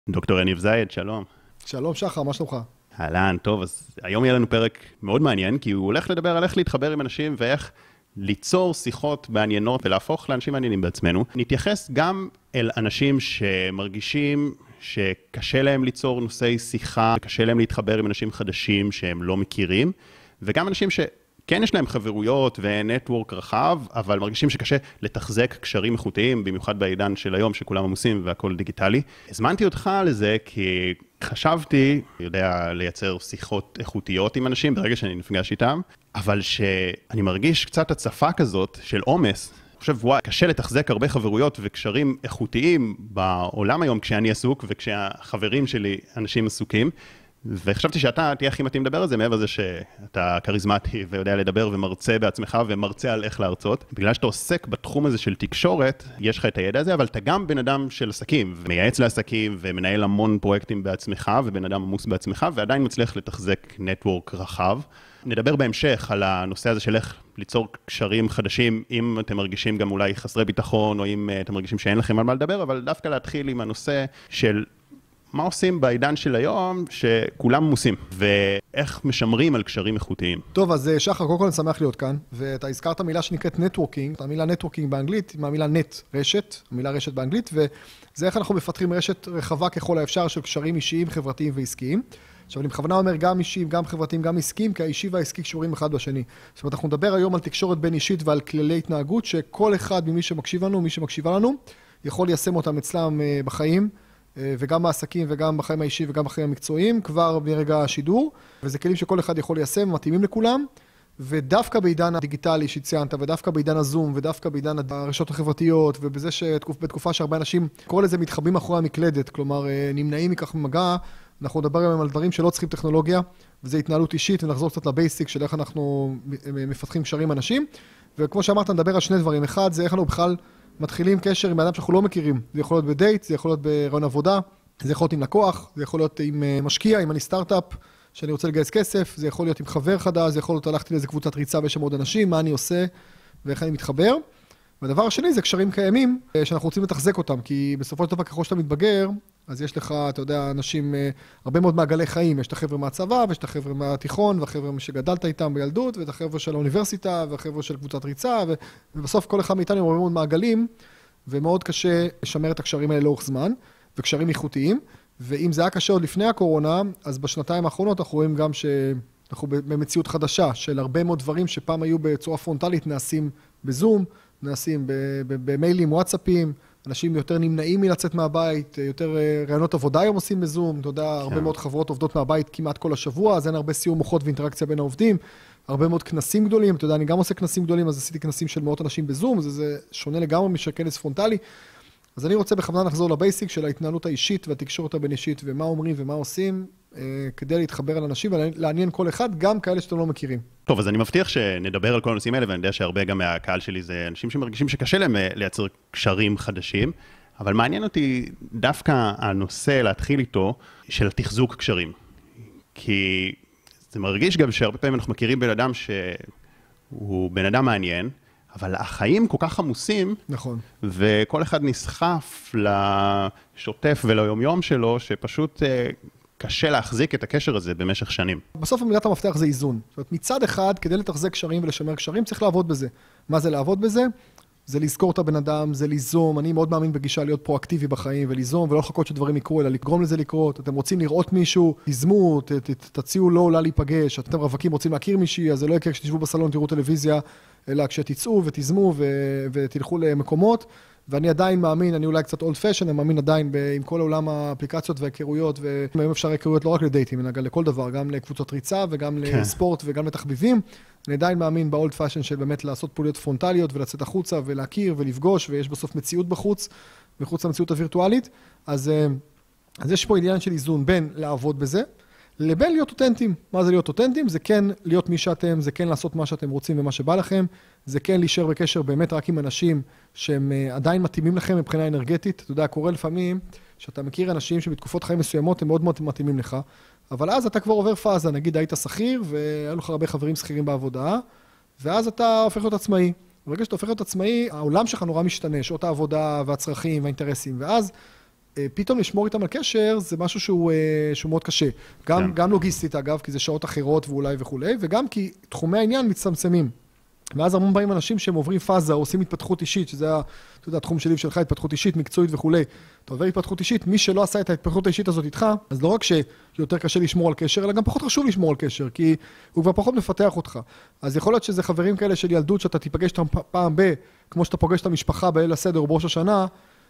דוקטור יניב זייד, שלום. שלום שחר, מה שלומך? אהלן, טוב, אז היום יהיה לנו פרק מאוד מעניין, כי הוא הולך לדבר על איך להתחבר עם אנשים ואיך ליצור שיחות מעניינות ולהפוך לאנשים מעניינים בעצמנו. נתייחס גם אל אנשים שמרגישים שקשה להם ליצור נושאי שיחה, קשה להם להתחבר עם אנשים חדשים שהם לא מכירים, וגם אנשים כן יש להם חברויות ונטוורק רחב, אבל מרגישים שקשה לתחזק קשרים איכותיים, במיוחד בעידן של היום שכולם עמוסים והכל דיגיטלי. הזמנתי אותך לזה כי חשבתי, יודע לייצר שיחות איכותיות עם אנשים ברגע שאני נפגש איתם, אבל שאני מרגיש קצת הצפה כזאת של עומס. אני חושב, וואי, קשה לתחזק הרבה חברויות וקשרים איכותיים בעולם היום כשאני עסוק וכשהחברים שלי אנשים עסוקים. וחשבתי שאתה תהיה הכי מתאים לדבר על זה, מעבר לזה שאתה קריזמטי ויודע לדבר ומרצה בעצמך ומרצה על איך להרצות. בגלל שאתה עוסק בתחום הזה של תקשורת, יש לך את הידע הזה, אבל אתה גם בן אדם של עסקים, ומייעץ לעסקים ומנהל המון פרויקטים בעצמך, ובן אדם עמוס בעצמך, ועדיין מצליח לתחזק נטוורק רחב. נדבר בהמשך על הנושא הזה של איך ליצור קשרים חדשים, אם אתם מרגישים גם אולי חסרי ביטחון, או אם אתם מרגישים שאין לכם על מה לדבר, אבל דווקא להתחיל עם הנושא של מה עושים בעידן של היום שכולם עמוסים, ואיך משמרים על קשרים איכותיים. טוב, אז שחר, קודם כל אני שמח להיות כאן, ואתה הזכרת מילה שנקראת נטוורקינג, המילה נטוורקינג באנגלית, מהמילה נט, רשת, המילה רשת באנגלית, וזה איך אנחנו מפתחים רשת רחבה ככל האפשר של קשרים אישיים, חברתיים ועסקיים. עכשיו, אני בכוונה אומר גם אישיים, גם חברתיים, גם עסקיים, כי האישי והעסקי קשורים אחד בשני. זאת אומרת, אנחנו נדבר היום על תקשורת בין אישית ועל כללי התנהגות, שכל אחד ממי שמקשיב לנו, מי שמקשיבה לנו, יכול ליישם אותם אצלם בחיים, וגם בעסקים וגם בחיים האישי וגם בחיים המקצועיים, כבר ברגע השידור, וזה כלים שכל אחד יכול ליישם, מתאימים לכולם, ודווקא בעידן הדיגיטלי שציינת, ודווקא בעידן הזום, ודווקא בעידן הרשתות החברתיות, ובזה שבתקופה שהרבה אנשים, קורא לזה מתחבאים אחורי המקלדת, כלומר נמנעים מכך ממגע, אנחנו נדבר היום על דברים שלא צריכים טכנולוגיה, וזה התנהלות אישית, ונחזור קצת לבייסיק של איך אנחנו מפתחים קשרים עם אנשים, וכמו שאמרת, נדבר על שני דברים. אחד, זה איך אנחנו בכלל מתחילים קשר עם אדם שאנחנו לא מכירים. זה יכול להיות בדייט, זה יכול להיות ברעיון עבודה, זה יכול להיות עם לקוח, זה יכול להיות עם משקיע, אם אני סטארט-אפ שאני רוצה לגייס כסף, זה יכול להיות עם חבר חדש, זה יכול להיות הלכתי לאיזה קבוצת ריצה ויש שם עוד אנשים, מה אני עושה ואיך אני מתחבר. והדבר השני זה קשרים קיימים שאנחנו רוצים לתחזק אותם, כי בסופו של דבר ככל שאתה מתבגר, אז יש לך, אתה יודע, אנשים, הרבה מאוד מעגלי חיים, יש את החבר'ה מהצבא, ויש את החבר'ה מהתיכון, והחבר'ה שגדלת איתם בילדות, ואת החבר'ה של האוניברסיטה, והחבר'ה של קבוצת ריצה, ובסוף כל אחד מאיתנו עם הרבה מאוד מעגלים, ומאוד קשה לשמר את הקשרים האלה לאורך זמן, וקשרים איכותיים, ואם זה היה קשה עוד לפני הקורונה, אז בשנתיים האחרונות אנחנו רואים גם שאנחנו במציאות חדשה, של הרבה מאוד דברים שפעם היו בצורה פרונטלית, נעשים בזום, נעשים במיילים, וואטסאפים, אנשים יותר נמנעים מלצאת מהבית, יותר רעיונות עבודה היום עושים בזום, אתה יודע, הרבה מאוד חברות עובדות מהבית כמעט כל השבוע, אז אין הרבה סיום מוחות ואינטראקציה בין העובדים, הרבה מאוד כנסים גדולים, אתה יודע, אני גם עושה כנסים גדולים, אז עשיתי כנסים של מאות אנשים בזום, זה שונה לגמרי משל כנס פרונטלי, אז אני רוצה בכוונה לחזור לבייסיק של ההתנהלות האישית והתקשורת הבין אישית, ומה אומרים ומה עושים, כדי להתחבר על אנשים ולעניין כל אחד, גם כאלה שאתם לא מכירים. טוב, אז אני מבטיח שנדבר על כל הנושאים האלה, ואני יודע שהרבה גם מהקהל שלי זה אנשים שמרגישים שקשה להם לייצר קשרים חדשים, אבל מעניין אותי דווקא הנושא להתחיל איתו של תחזוק קשרים. כי זה מרגיש גם שהרבה פעמים אנחנו מכירים בן אדם שהוא בן אדם מעניין, אבל החיים כל כך עמוסים, נכון. וכל אחד נסחף לשוטף וליומיום שלו, שפשוט קשה להחזיק את הקשר הזה במשך שנים. בסוף מילת המפתח זה איזון. זאת אומרת, מצד אחד, כדי לתחזק קשרים ולשמר קשרים, צריך לעבוד בזה. מה זה לעבוד בזה? זה לזכור את הבן אדם, זה ליזום. אני מאוד מאמין בגישה להיות פרואקטיבי בחיים וליזום, ולא לחכות שדברים יקרו, אלא לגרום לזה לקרות. אתם רוצים לראות מישהו, תיזמו, תציעו לו אולי להיפגש. אתם רווקים רוצים להכיר מישהי, אז זה לא יקרה כשתשבו בסלון, תראו טלוויזיה, אלא כשתצאו ותיזמו ותלכו למקומות. ואני עדיין מאמין, אני אולי קצת old fashion, אני מאמין עדיין עם כל העולם האפליקציות וההיכרויות, והיום אפשר היכרויות לא רק לדייטים, אלא לכל דבר, גם לקבוצות ריצה וגם לספורט וגם לתחביבים. אני עדיין מאמין ב-old fashion של באמת לעשות פעולות פרונטליות ולצאת החוצה ולהכיר ולפגוש, ויש בסוף מציאות בחוץ, מחוץ למציאות הווירטואלית. אז יש פה עניין של איזון בין לעבוד בזה, לבין להיות אותנטיים. מה זה להיות אותנטיים? זה כן להיות מי שאתם, זה כן לעשות מה שאתם רוצים ומה שבא לכם, זה כן להישאר בקשר באמת רק עם אנשים שהם עדיין מתאימים לכם מבחינה אנרגטית. אתה יודע, קורה לפעמים שאתה מכיר אנשים שבתקופות חיים מסוימות הם מאוד מאוד מתאימים לך, אבל אז אתה כבר עובר פאזה, נגיד היית שכיר והיו לך הרבה חברים שכירים בעבודה, ואז אתה הופך להיות עצמאי. ברגע שאתה הופך להיות עצמאי, העולם שלך נורא משתנה, שעות העבודה והצרכים והאינטרסים, ואז פתאום לשמור איתם על קשר, זה משהו שהוא מאוד קשה. גם לוגיסטית, אגב, כי זה שעות אחרות ואולי וכולי, וגם כי תחומי העניין מצטמצמים. ואז המון באים אנשים שהם עוברים פאזה, עושים התפתחות אישית, שזה, אתה יודע, התחום שלי ושלך, התפתחות אישית, מקצועית וכולי. אתה עובר התפתחות אישית, מי שלא עשה את ההתפתחות האישית הזאת איתך, אז לא רק שיותר קשה לשמור על קשר, אלא גם פחות חשוב לשמור על קשר, כי הוא כבר פחות מפתח אותך. אז יכול להיות שזה חברים כאלה של ילדות, שאתה תיפגש אותם פעם כמו שאתה פוגש את המשפחה בליל הסדר או בראש השנה,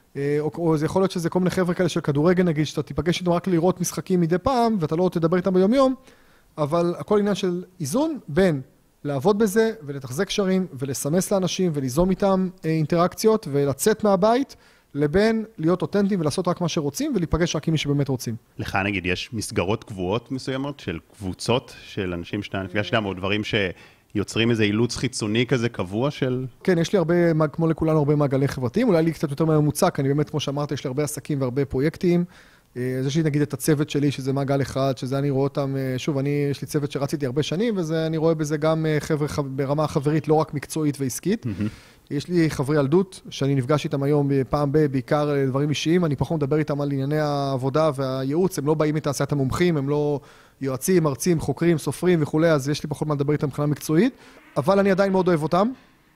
או זה יכול להיות שזה כל מיני חבר'ה כאלה של כדורגל, נגיד, שאתה תיפגש איתם רק לראות משחקים מדי פעם, ואתה לא תדבר איתם ביום יום, אבל הכל עניין של איזון בין לעבוד בזה ולתחזק קשרים ולסמס לאנשים וליזום איתם אינטראקציות ולצאת מהבית, לבין להיות אותנטיים ולעשות רק מה שרוצים ולהיפגש רק עם מי שבאמת רוצים. לך נגיד, יש מסגרות קבועות מסוימות של קבוצות של אנשים שאתה נפגש איתם, או דברים שיוצרים איזה אילוץ חיצוני כזה קבוע של... כן, יש לי הרבה, כמו לכולנו, הרבה מעגלי חברתיים, אולי לי קצת יותר ממוצע, כי אני באמת, כמו שאמרת, יש לי הרבה עסקים והרבה פרויקטים. אז יש לי נגיד את הצוות שלי, שזה מעגל אחד, שזה אני רואה אותם, שוב, יש לי צוות שרציתי הרבה שנים, ואני רואה בזה גם חבר'ה ברמה חברית, לא רק מקצועית ועסקית. יש לי חברי ילדות, שאני נפגש איתם היום פעם בעיקר דברים אישיים, אני פחות מדבר איתם על ענייני העבודה והייעוץ, הם לא באים מתעשיית המומחים, הם לא יועצים, מרצים, חוקרים, סופרים וכו', אז יש לי פחות מה לדבר איתם מבחינה מקצועית, אבל אני עדיין מאוד אוהב אותם.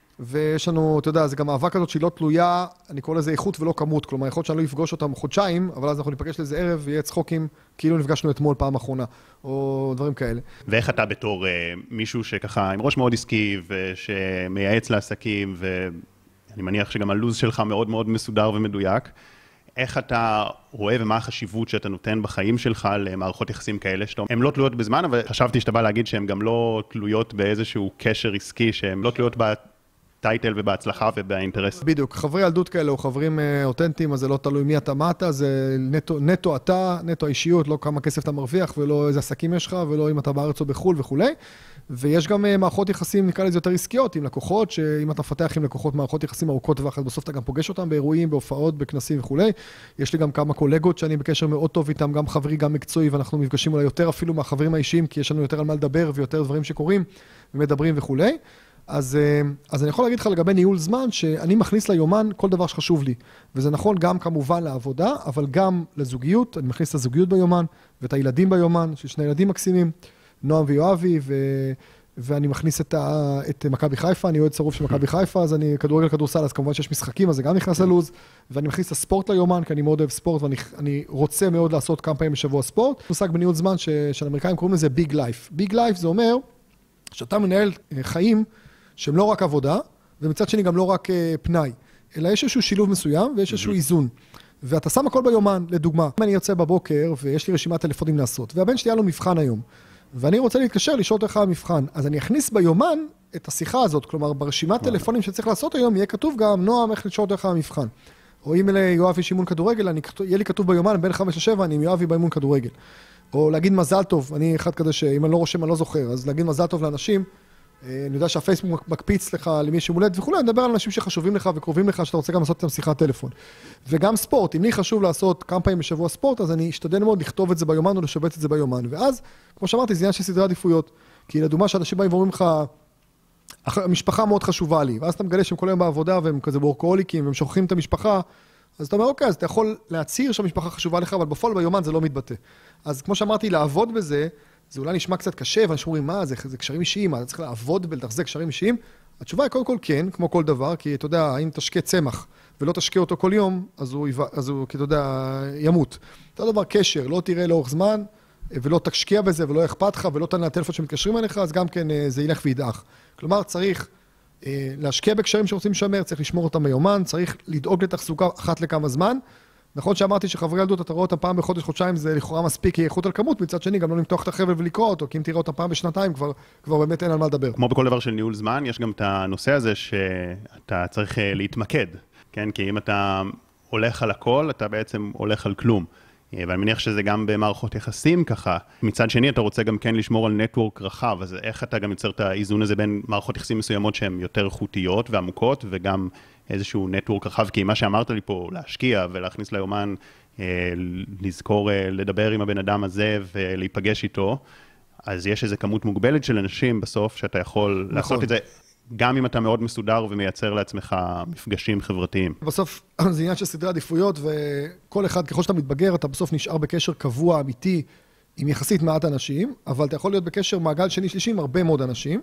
ויש לנו, אתה יודע, זה גם מאבק כזאת שהיא לא תלויה, אני קורא לזה איכות ולא כמות, כלומר, יכול להיות שאני לא אפגוש אותם חודשיים, אבל אז אנחנו ניפגש לזה ערב ויהיה צחוקים, כאילו נפגשנו אתמול פעם אחרונה, או דברים כאלה. ואיך אתה בתור מישהו שככה עם ראש מאוד עסקי, ושמייעץ לעסקים, ואני מניח שגם הלוז שלך מאוד מאוד מסודר ומדויק, איך אתה רואה ומה החשיבות שאתה נותן בחיים שלך למערכות יחסים כאלה, הן לא תלויות בזמן, אבל חשבתי שאתה בא להגיד שהן גם לא תלויות באיזשהו קשר עסקי, שהן לא תלויות טייטל ובהצלחה ובאינטרס. בדיוק, חברי ילדות כאלה או חברים אותנטיים, אז זה לא תלוי מי אתה, מה אתה, זה נטו אתה, נטו האישיות, לא כמה כסף אתה מרוויח ולא איזה עסקים יש לך ולא אם אתה בארץ או בחול וכולי. ויש גם מערכות יחסים, נקרא לזה יותר עסקיות, עם לקוחות, שאם אתה מפתח עם לקוחות מערכות יחסים ארוכות טווח, אז בסוף אתה גם פוגש אותם באירועים, בהופעות, בכנסים וכולי. יש לי גם כמה קולגות שאני בקשר מאוד טוב איתם, גם חברי, גם מקצועי, ואנחנו מפגשים אולי יותר אפילו מהחברים האישיים, כי יש לנו יותר על מה לדבר ויותר דברים שקורים ומדברים וכולי. אז אני יכול להגיד לך לגבי ניהול זמן, שאני מכניס ליומן כל דבר שחשוב לי. וזה נכון גם כמובן לעבודה, אבל גם לזוגיות. אני מכניס את הזוגיות ביומן, ואת הילדים ביומן, של שני ילדים מקסימים, נועם ויואבי, ואני מכניס את מכבי חיפה, אני אוהד שרוף של מכבי חיפה, אז אני כדורגל כדורסל, אז כמובן שיש משחקים, אז זה גם נכנס ללוז, ואני מכניס את הספורט ליומן, כי אני מאוד אוהב ספורט, ואני רוצה מאוד לעשות כמה פעמים בשבוע ספורט. מושג בניהול זמן של אמריקאים קוראים לזה ביג לייף. ביג לייף זה אומר שאתה מנהל חיים שהם לא רק עבודה, ומצד שני גם לא רק פנאי, אלא יש איזשהו שילוב מסוים ויש איזשהו איזון. ואתה שם הכל ביומן, לדוגמה. אם אני יוצא בבוקר ויש לי רשימת טלפונים לעשות, והבן שלי היה לו מבחן היום, ואני רוצה להתקשר לשאול אותך המבחן, אז אני אכניס ביומן את השיחה הזאת, כלומר ברשימת טלפונים שצריך לעשות היום, יהיה כתוב גם נועם איך לשאול אותך המבחן. או אם ליואב יש אימון כדורגל, יהיה לי כתוב ביומן בין 5 ל-7, אני עם יואבי באימון כדורגל. או להגיד מזל טוב, אני אחד כזה שאם אני לא רושם, אני לא זוכר, אז להגיד מזל טוב לאנשים, אני יודע שהפייסבוק מקפיץ לך למי שמולד וכולי, אני מדבר על אנשים שחשובים לך וקרובים לך, שאתה רוצה גם לעשות איתם שיחת טלפון. וגם ספורט, אם לי חשוב לעשות כמה פעמים בשבוע ספורט, אז אני אשתדל מאוד לכתוב את זה ביומן או לשבץ את זה ביומן. ואז, כמו שאמרתי, זה עניין של סדרי עדיפויות. כי לדוגמה שאנשים באים ואומרים לך, המשפחה מאוד חשובה לי, ואז אתה מגלה שהם כל היום בעבודה והם כזה וורקהוליקים והם שוכחים את המשפחה, אז אתה אומר, אוקיי, אז אתה יכול להצהיר שהמשפחה חשובה לך, אבל בפועל ביומן זה לא מתבטא. אז כמו שאמרתי, לעבוד בזה, זה אולי נשמע קצת קשה, ואנשים אומרים, מה, זה קשרים אישיים, אתה צריך לעבוד ולתחזק קשרים אישיים? התשובה היא קודם כל כן, כמו כל דבר, כי אתה יודע, אם תשקה צמח ולא תשקה אותו כל יום, אז הוא, כי אתה יודע, ימות. אותו דבר קשר, לא תראה לאורך זמן, ולא תשקיע בזה, ולא אכפת לך, ולא תענה לטלפון שמתקשרים עליך, אז גם כן זה ילך וידעך. כלומר, צריך להשקיע בקשרים שרוצים לשמר, צריך לשמור אותם ביומן, צריך לדאוג לתחזוקה אחת לכמה זמן. נכון שאמרתי שחברי ילדות, אתה רואה אותם פעם בחודש, חודשיים, זה לכאורה מספיק, כי איכות על כמות, מצד שני, גם לא למתוח את החבל ולקרוא אותו, כי אם תראה אותם פעם בשנתיים, כבר באמת אין על מה לדבר. כמו בכל דבר של ניהול זמן, יש גם את הנושא הזה שאתה צריך להתמקד, כן? כי אם אתה הולך על הכל, אתה בעצם הולך על כלום. ואני מניח שזה גם במערכות יחסים ככה. מצד שני, אתה רוצה גם כן לשמור על נטוורק רחב, אז איך אתה גם יוצר את האיזון הזה בין מערכות יחסים מסוימות שהן יותר איכותיות ועמוקות, וגם איזשהו נטוורק רחב, כי מה שאמרת לי פה, להשקיע ולהכניס ליומן, לזכור לדבר עם הבן אדם הזה ולהיפגש איתו, אז יש איזו כמות מוגבלת של אנשים בסוף, שאתה יכול לעשות את זה גם אם אתה מאוד מסודר ומייצר לעצמך מפגשים חברתיים. בסוף זה עניין של סדרי עדיפויות, וכל אחד, ככל שאתה מתבגר, אתה בסוף נשאר בקשר קבוע, אמיתי, עם יחסית מעט אנשים, אבל אתה יכול להיות בקשר מעגל שני שלישי עם הרבה מאוד אנשים,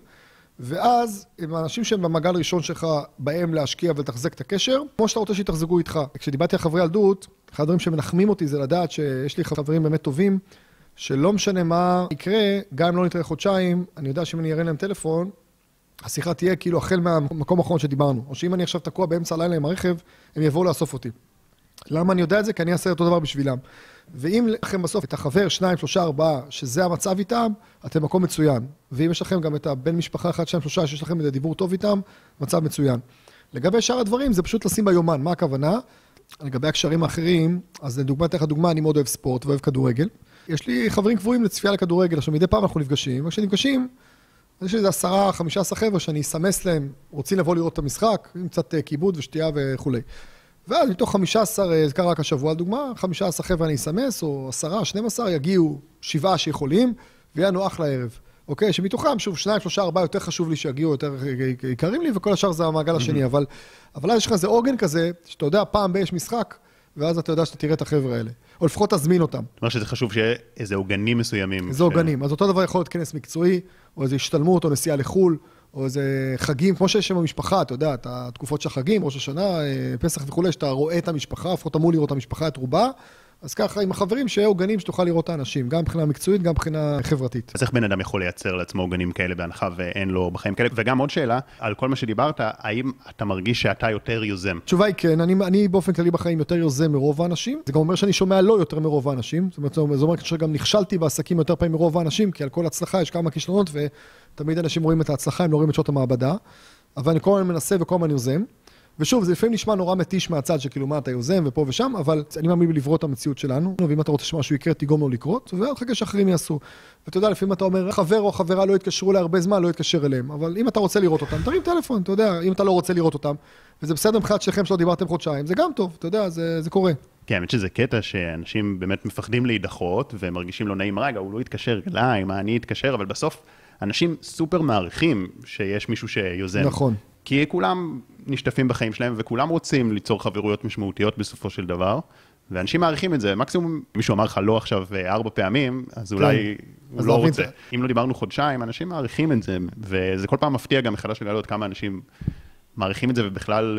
ואז עם האנשים שהם במעגל ראשון שלך, בהם להשקיע ולתחזק את הקשר, כמו שאתה רוצה שיתחזקו איתך. כשדיברתי על חברי ילדות, אחד הדברים שמנחמים אותי זה לדעת שיש לי חברים באמת טובים, שלא משנה מה יקרה, גם אם לא נתראה חודשיים, אני יודע שאם אני אראה להם טלפון, השיחה תהיה כאילו החל מהמקום האחרון שדיברנו, או שאם אני עכשיו תקוע באמצע הלילה עם הרכב, הם יבואו לאסוף אותי. למה אני יודע את זה? כי אני אעשה אותו דבר בשבילם. ואם לכם בסוף את החבר, 2, 3, 4, שזה המצב איתם, אתם מקום מצוין. ואם יש לכם גם את הבן משפחה 1, 2, 3, שיש לכם את הדיבור טוב איתם, מצב מצוין. לגבי שאר הדברים, זה פשוט לשים ביומן. מה הכוונה? לגבי הקשרים האחרים, אז לדוגמה, תלך הדוגמה, אני מאוד אוהב ספורט ואוהב כדורגל. יש לי חברים קבועים לצפייה לכדורגל, עכשיו מדי פעם אנחנו נפגשים, וכשנפגשים, יש לי 10, 15 חבר'ה שאני אסמס להם, רוצים לבוא לראות את המשחק, עם קצת כיבוד ושתייה וכו'. ואז מתוך 15, זה קרה רק השבוע, לדוגמה, 15 חבר'ה אני אסמס, או 10, 12, יגיעו 7 שיכולים, ויהיה נוח לערב. אוקיי, שמתוכם, שוב, 2, 3, 4 יותר חשוב לי שיגיעו, יותר יקרים לי, וכל השאר זה המעגל השני, אבל אז יש לך איזה אורגן כזה, שאתה יודע, פעם יש משחק, ואז אתה יודע שאתה תראה את החבר'ה האלה. או לפחות תזמין אותם. זאת אומרת שזה חשוב שיהיה איזה עוגנים מסוימים. איזה עוגנים. אז אותו דבר יכול להיות כנס מקצועי, או איזה השתלמות, או נסיעה לחול, או איזה חגים, כמו שיש שם במשפחה, אתה יודע, את התקופות של החגים, ראש השנה, פסח וכו', שאתה רואה את המשפחה, לפחות אמור לראות את המשפחה, את רובה, אז ככה עם החברים שיהיה עוגנים שתוכל לראות את האנשים, גם מבחינה מקצועית, גם מבחינה חברתית. אז איך בן אדם יכול לייצר לעצמו עוגנים כאלה בהנחה ואין לו בחיים כאלה? וגם עוד שאלה, על כל מה שדיברת, האם אתה מרגיש שאתה יותר יוזם? התשובה היא כן, אני באופן כללי בחיים יותר יוזם מרוב האנשים, זה גם אומר שאני שומע לא יותר מרוב האנשים, זאת אומרת שגם נכשלתי בעסקים יותר פעמים מרוב האנשים, כי על כל הצלחה יש כמה כישלונות, ותמיד אנשים רואים את ההצלחה, הם לא רואים את שעות המעבדה, אבל אני כל הזמן מנסה וכל הזמן יוזם. ושוב, זה לפעמים נשמע נורא מתיש מהצד שכאילו מה אתה יוזם ופה ושם, אבל אני מאמין בלברוא את המציאות שלנו, ואם אתה רוצה שמשהו יקרה, תיגום לו לקרות, ואחר שאחרים יעשו. ואתה יודע, לפעמים אתה אומר, חבר או חברה לא יתקשרו לה הרבה זמן, לא יתקשר אליהם, אבל אם אתה רוצה לראות אותם, תרים טלפון, אתה יודע, אם אתה לא רוצה לראות אותם, וזה בסדר מבחינת שלכם שלא דיברתם חודשיים, זה גם טוב, אתה יודע, זה קורה. כן, האמת שזה קטע שאנשים באמת מפחדים להידחות, ומרגישים לא נעים, רגע, הוא לא יתקשר אליי, מה אני אתקשר, אבל בסוף אנשים סופר מעריכים שיש מישהו שיוזם. נכון. כי כולם נשטפים בחיים שלהם, וכולם רוצים ליצור חברויות משמעותיות בסופו של דבר, ואנשים מעריכים את זה. מקסימום מישהו אמר לך לא עכשיו 4 פעמים, אז אולי הוא לא רוצה. אם לא דיברנו חודשיים, אנשים מעריכים את זה, וזה כל פעם מפתיע גם מחדש לגלות כמה אנשים מעריכים את זה, ובכלל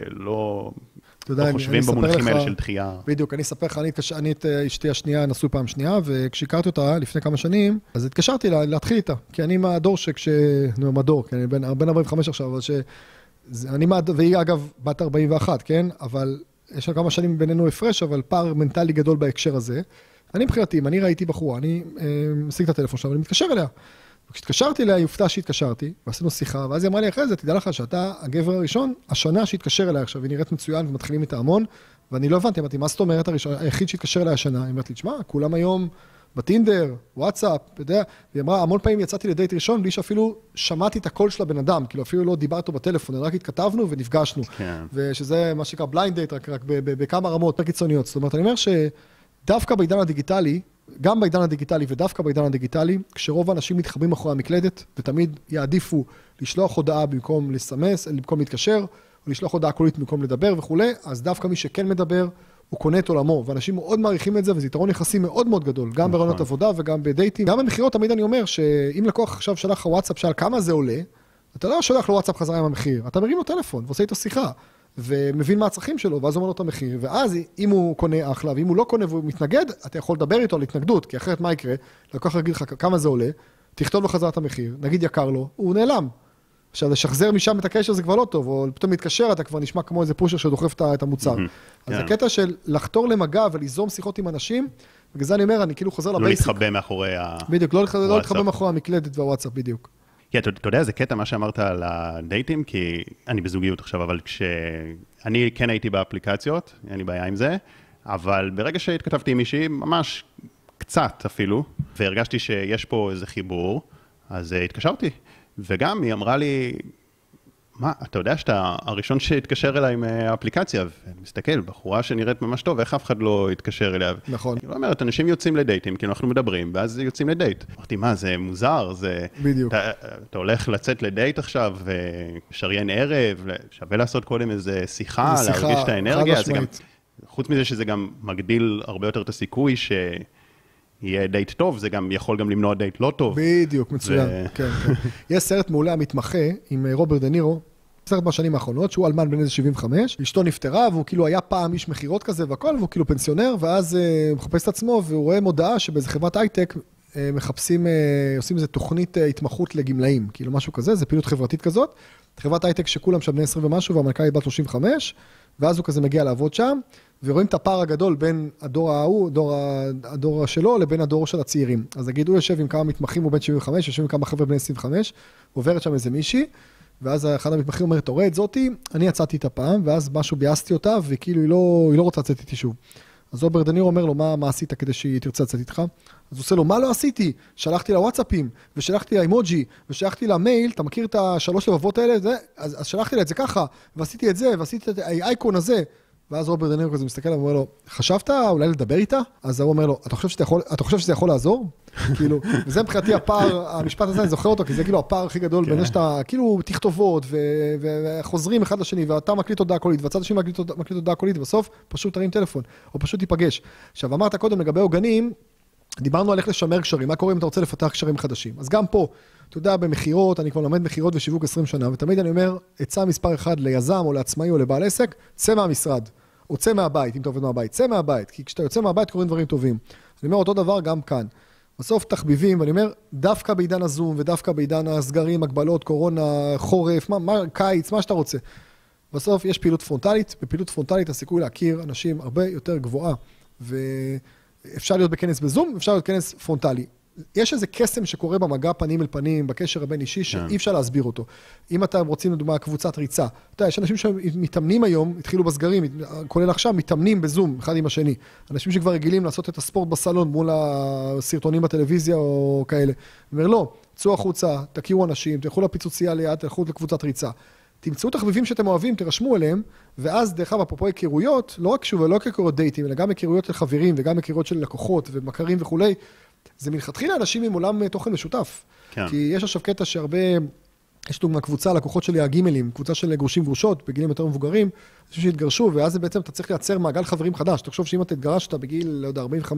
לא חושבים במונחים האלה של דחייה. בדיוק, אני אספר לך, אני את אשתי השנייה נשוי פעם שנייה, וכשהכרתי אותה לפני כמה שנים, אז התקשרתי להתחיל איתה, כי אני מהדור מדור, כי אני בן 45 עכשיו, אבל והיא אגב בת 41, כן? אבל יש לה כמה שנים בינינו הפרש, אבל פער מנטלי גדול בהקשר הזה. אני מבחינתי, אם אני ראיתי בחורה, אני משיג את הטלפון שלה, ואני מתקשר אליה. וכשהתקשרתי אליה, היא הופתעה שהתקשרתי, ועשינו שיחה, ואז היא אמרה לי אחרי זה, תדע לך שאתה הגבר הראשון, השנה שהתקשר אליה עכשיו, היא נראית מצוין ומתחילים איתה המון, ואני לא הבנתי, אמרתי, מה זאת אומרת היחיד שהתקשר אליה השנה? היא אמרת לי, תשמע, כולם היום בטינדר, וואטסאפ, יודע, והיא אמרה, המון פעמים יצאתי לדייט ראשון, בלי שאפילו שמעתי את הקול של הבן אדם, כאילו אפילו לא דיברתו בטלפון, רק התכתבנו ונפגשנו, ושזה מה שנקרא בליינד דייט, רק בכמה רמות, קיצוניות. זאת אומרת, אני אומר שדווקא בעידן הדיגיטלי, גם בעידן הדיגיטלי ודווקא בעידן הדיגיטלי, כשרוב האנשים מתחברים אחרי המקלדת, ותמיד יעדיפו לשלוח הודעה במקום לסמס, במקום להתקשר, או לשלוח הודעה קולית במקום לדבר וכו', אז דווקא מי שכן מדבר, הוא קונה את עולמו, ואנשים מאוד מעריכים את זה, וזה יתרון יחסי מאוד מאוד גדול, גם ברעיונות עבודה וגם בדייטים. גם במחירות תמיד אני אומר שאם לקוח עכשיו שלח לך וואטסאפ, שאל כמה זה עולה, אתה לא שולח לו וואטסאפ חזרה עם המחיר, אתה מרים לו טלפון ועושה איתו שיחה, ומבין מה הצרכים שלו, ואז הוא אומר לו את המחיר, ואז אם הוא קונה אחלה, ואם הוא לא קונה והוא מתנגד, אתה יכול לדבר איתו על התנגדות, כי אחרת מה יקרה? לקוח יגיד לך כמה זה עולה, תכתוב לו חזרה את המחיר, נגיד יקר לו, הוא נעלם. עכשיו, לשחזר משם את הקשר זה כבר לא טוב, או פתאום מתקשר, אתה כבר נשמע כמו איזה פושר שדוחף את המוצר. אז הקטע של לחתור למגע וליזום שיחות עם אנשים, בגלל זה אני אומר, אני כאילו חוזר לבייסיק. לא להתחבא מאחורי הוואטסאפ. בדיוק, לא להתחבא מאחורי המקלדת והוואטסאפ, בדיוק. כן, אתה יודע, זה קטע מה שאמרת על הדייטים, כי אני בזוגיות עכשיו, אבל אני כן הייתי באפליקציות, אין לי בעיה עם זה, אבל ברגע שהתכתבתי עם מישהי, ממש קצת אפילו, והרגשתי שיש פה איזה חיבור, אז התקשרתי. וגם היא אמרה לי, מה, אתה יודע שאתה הראשון שהתקשר אליי עם האפליקציה, ומסתכל, בחורה שנראית ממש טוב, איך אף אחד לא התקשר אליה? נכון. היא אומרת, אנשים יוצאים לדייטים, כי אנחנו מדברים, ואז יוצאים לדייט. אמרתי, מה, זה מוזר, זה... בדיוק. אתה הולך לצאת לדייט עכשיו, שריין ערב, שווה לעשות קודם איזה שיחה, להרגיש את האנרגיה. חוץ מזה שזה גם מגדיל הרבה יותר את הסיכוי יהיה דייט טוב, זה גם יכול גם למנוע דייט לא טוב. בדיוק, מצוין. כן, כן. יש סרט מעולה המתמחה עם רוברט דה נירו, סרט בשנים האחרונות, שהוא אלמן בן איזה 75, אשתו נפטרה, והוא כאילו היה פעם איש מחירות כזה והכל, והוא כאילו פנסיונר, ואז הוא מחפש את עצמו, והוא רואה מודעה שבאיזה חברת הייטק מחפשים, עושים איזה תוכנית התמחות לגמלאים, כאילו משהו כזה, זה פעילות חברתית כזאת, חברת הייטק שכולם שם בני 20 ומשהו, והמנכ"לית בת 35, ואז הוא כזה מגיע לעבוד שם, ורואים את הפער הגדול בין הדור ההוא, הדור שלו, לבין הדור של הצעירים. אז נגיד, הוא יושב עם כמה מתמחים, הוא בן 75, יושב עם כמה חבר'ה בני 25, עוברת שם איזה מישהי, ואז אחד המתמחים אומר, תראה את זאתי, אני יצאתי איתה פעם, ואז משהו ביאסתי אותה, וכאילו היא לא רוצה לצאת איתי שוב. אז רוברט דה נירו אומר לו, מה עשית כדי שהיא תרצה לצאת איתך? אז הוא עושה לו, מה לא עשיתי? שלחתי לה וואטסאפים, ושלחתי לה אימוג'י, ושלחתי לה מייל, אתה מכיר את השלוש לבבות האלה? אז שלחתי לה את זה ככה, ועשיתי את זה, ועשיתי את האייקון הזה. ואז רוברט דה נירו כזה מסתכל עליו ואומר לו, חשבת אולי לדבר איתה? אז הוא אומר לו, אתה חושב שזה יכול לעזור? כאילו, וזה מבחינתי הפער, המשפט הזה, אני זוכר אותו, כי זה כאילו הפער הכי גדול בין שאתה, כאילו, תכתובות, וחוזרים אחד לשני, ואתה מקליט הודעה קולית, והצד השני מקליט הודעה קולית, ובסוף פשוט תרים טלפון, או פשוט תיפגש. עכשיו, אמרת קודם לגבי עוגנים, דיברנו על איך לשמר קשרים, מה קורה אם אתה רוצה לפתח קשרים חדשים. אז גם פה, אתה יודע, במחירות, אני כבר לומד מחירות ושיווק 20 שנה, ותמיד אני אומר, עצה מספר אחד ליזם או לעצמאי או לבעל עסק, צא מהמשרד, או צא מהבית, אם אתה עובד מהבית, צא מהבית, כי כשאתה יוצא מהבית קוראים דברים טובים. אני אומר אותו דבר גם כאן. בסוף תחביבים, ואני אומר, דווקא בעידן הזום, ודווקא בעידן הסגרים, הגבלות, קורונה, חורף, קיץ, מה שאתה רוצה. בסוף יש פעילות פרונטלית, בפעילות פרונטלית הסיכוי להכיר אנשים הרבה יותר גבוהה, ואפשר להיות בכנס בזום, אפשר להיות כנס פרונטלי. יש איזה קסם שקורה במגע פנים אל פנים, בקשר הבין אישי, שאי אפשר להסביר אותו. אם אתם רוצים לדוגמה קבוצת ריצה, אתה יודע, יש אנשים שמתאמנים היום, התחילו בסגרים, כולל עכשיו, מתאמנים בזום, אחד עם השני. אנשים שכבר רגילים לעשות את הספורט בסלון, מול הסרטונים בטלוויזיה או כאלה. אומר, לא, צאו החוצה, תכירו אנשים, תלכו לפיצוצייה ליד, תלכו לקבוצת ריצה. תמצאו תחביבים שאתם אוהבים, תרשמו אליהם, ואז דרך אגב, אפרופו היכרויות, לא רק שוב, לא היכרויות דייטים, אלא גם היכרויות של חברים, וגם היכרויות של לקוחות ומכרים וכולי. זה מלכתחילה אנשים עם עולם תוכן משותף. כן. כי יש עכשיו קטע שהרבה, יש דוגמה קבוצה, לקוחות שלי הגימלים, קבוצה של גרושים גרושות, בגילים יותר מבוגרים, אנשים שהתגרשו, ואז בעצם אתה צריך לייצר מעגל חברים חדש. תחשוב שאם אתה התגרשת בגיל, לא יודע, 45-50,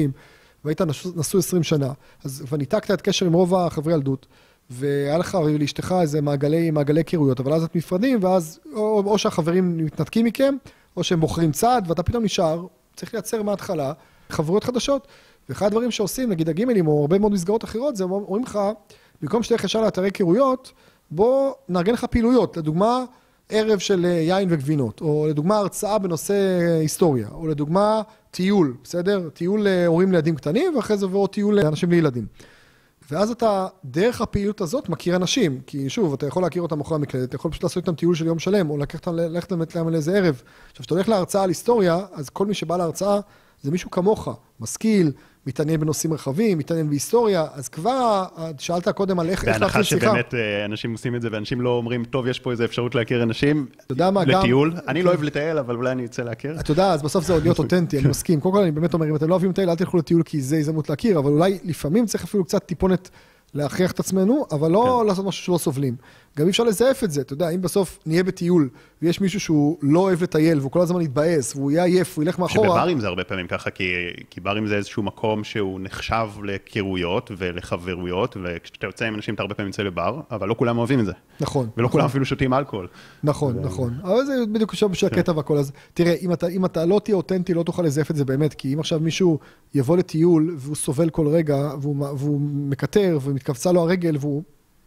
והיית נשוי 20 שנה, אז וניתקת את קשר עם רוב החברי ילדות, והיה לך לאשתך איזה מעגלי קירויות, אבל אז את נפרדים, ואז או שהחברים מתנתקים מכם, או שהם בוחרים צד, ואתה פתאום נשאר, צריך לייצר מההתחלה חברויות חדשות. ואחד הדברים שעושים, נגיד הגימלים, או הרבה מאוד מסגרות אחרות, זה אומרים לך, במקום שתלך ישר לאתרי קירויות, בוא נארגן לך פעילויות, לדוגמה, ערב של יין וגבינות, או לדוגמה הרצאה בנושא היסטוריה, או לדוגמה טיול, בסדר? טיול להורים לילדים קטנים, ואחרי זה ועוד טיול לאנשים לילדים. ואז אתה, דרך הפעילות הזאת, מכיר אנשים, כי שוב, אתה יכול להכיר אותם אחרי המקלדת, אתה יכול פשוט לעשות איתם טיול של יום שלם, או ללכת להם לאיזה ערב. עכשיו, כשאתה הולך להרצאה על היסטוריה, אז כל מי שבא להרצאה, זה מישהו כמוך, משכיל, מתעניין בנושאים רחבים, מתעניין בהיסטוריה, אז כבר שאלת קודם על איך בהנחה שבאמת אנשים עושים את זה, ואנשים לא אומרים, טוב, יש פה איזו אפשרות להכיר אנשים לטיול. אני לא אוהב לטייל, אבל אולי אני אצא להכיר. אתה יודע, אז בסוף זה עוד להיות אותנטי, אני מסכים. קודם כל אני באמת אומר, אם אתם לא אוהבים לטייל, אל תלכו לטיול, כי זה הזדמנות להכיר, אבל אולי לפעמים צריך אפילו קצת טיפונת להכריח את עצמנו, אבל לא לעשות משהו שלא סובלים. גם אי אפשר לזייף את זה, אתה יודע, אם בסוף נהיה בטיול, ויש מישהו שהוא לא אוהב לטייל, והוא כל הזמן יתבאס, והוא יהיה עייף, הוא ילך מאחורה. שבברים זה הרבה פעמים ככה, כי ברים זה איזשהו מקום שהוא נחשב להיכרויות ולחברויות, וכשאתה יוצא עם אנשים, אתה הרבה פעמים יוצא לבר, אבל לא כולם אוהבים את זה. נכון. ולא כולם אפילו שותים אלכוהול. נכון, נכון. אבל זה בדיוק שם בשביל הקטע והכל. אז תראה, אם אתה לא תהיה אותנטי, לא תוכל לזייף את זה באמת, כי אם עכשיו מישהו יבוא לטיול, והוא סובל כל רגע, והוא מקטר, ומתכווצה לו הרגל, והוא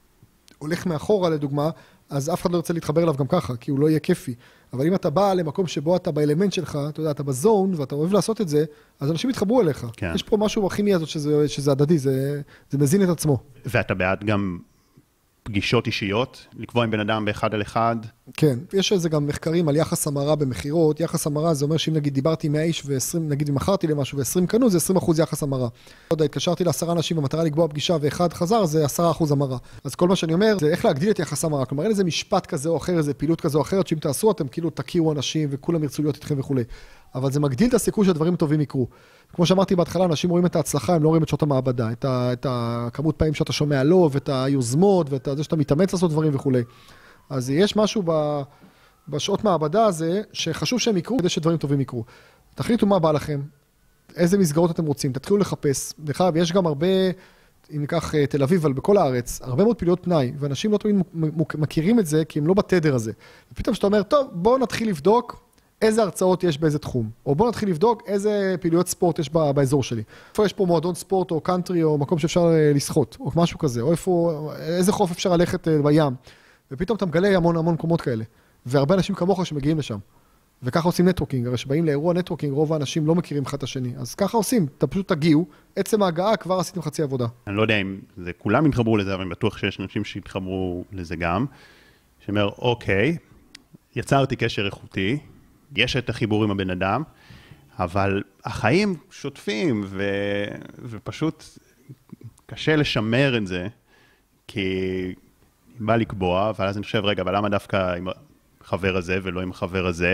הולך מאחורה לדוגמה, אז אף אחד לא רוצה להתחבר אליו גם ככה, כי הוא לא יהיה כיפי. אבל אם אתה בא למקום שבו אתה באלמנט שלך, אתה יודע, אתה בזון, ואתה אוהב לעשות את זה, אז אנשים יתחברו אליך. כן. יש פה משהו בכימיה הזאת שזה הדדי, זה מזין את עצמו. ואתה בעד גם פגישות אישיות, לקבוע עם בן אדם באחד על אחד. כן, יש איזה גם מחקרים על יחס המרה במחירות. יחס המרה זה אומר שאם נגיד דיברתי עם 100 איש ו-20, נגיד אם מכרתי למשהו ו-20 קנו, זה 20% יחס המרה. עוד התקשרתי ל10 אנשים במטרה לקבוע פגישה ואחד חזר, זה 10% המרה. אז כל מה שאני אומר זה איך להגדיל את יחס המרה. כלומר, אין איזה משפט כזה או אחר, איזה פעילות כזו או אחרת, שאם תעשו אתם כאילו תכירו אנשים וכולם ירצו להיות איתכם וכו'. אבל זה מגדיל את הסיכוי שהדברים טובים יקרו. כמו שאמרתי בהתחלה, אנשים רואים את ההצלחה, הם לא רואים את שעות המעבדה, את הכמות פעמים שאתה שומע לא, ואת היוזמות, ואת זה שאתה מתאמץ לעשות דברים וכו'. אז יש משהו בשעות מעבדה הזה, שחשוב שהם יקרו, כדי שדברים טובים יקרו. תחליטו מה בא לכם, איזה מסגרות אתם רוצים, תתחילו לחפש. דרך אגב, יש גם הרבה, אם ניקח תל אביב, אבל בכל הארץ, הרבה מאוד פעילויות פנאי, ואנשים לא תמיד מכירים את זה, כי הם לא בתדר הזה. ופתאום שאתה אומר, טוב, בואו נתחיל לבדוק איזה הרצאות יש באיזה תחום, או בואו נתחיל לבדוק איזה פעילויות ספורט יש באזור שלי. איפה יש פה מועדון ספורט או קאנטרי או מקום שאפשר לשחות, או משהו כזה, או איזה חוף אפשר ללכת בים. ופתאום אתה מגלה המון מקומות כאלה. והרבה אנשים כמוך שמגיעים לשם. וככה עושים נטוורקינג, הרי שבאים לאירוע נטוורקינג, רוב האנשים לא מכירים אחד את השני. אז ככה עושים, אתה פשוט תגיעו, עצם ההגעה כבר עשיתם חצי עבודה. אני לא יודע אם זה כולם יתחברו לזה, אבל אני בטוח שיש אנשים שיתחברו לזה גם. שאומר, אוקיי, יצרתי קשר איכותי, יש את החיבור עם הבן אדם, אבל החיים שוטפים, ופשוט קשה לשמר את זה, כי בא לקבוע, ואז אני חושב, רגע, אבל למה דווקא עם החבר הזה ולא עם החבר הזה?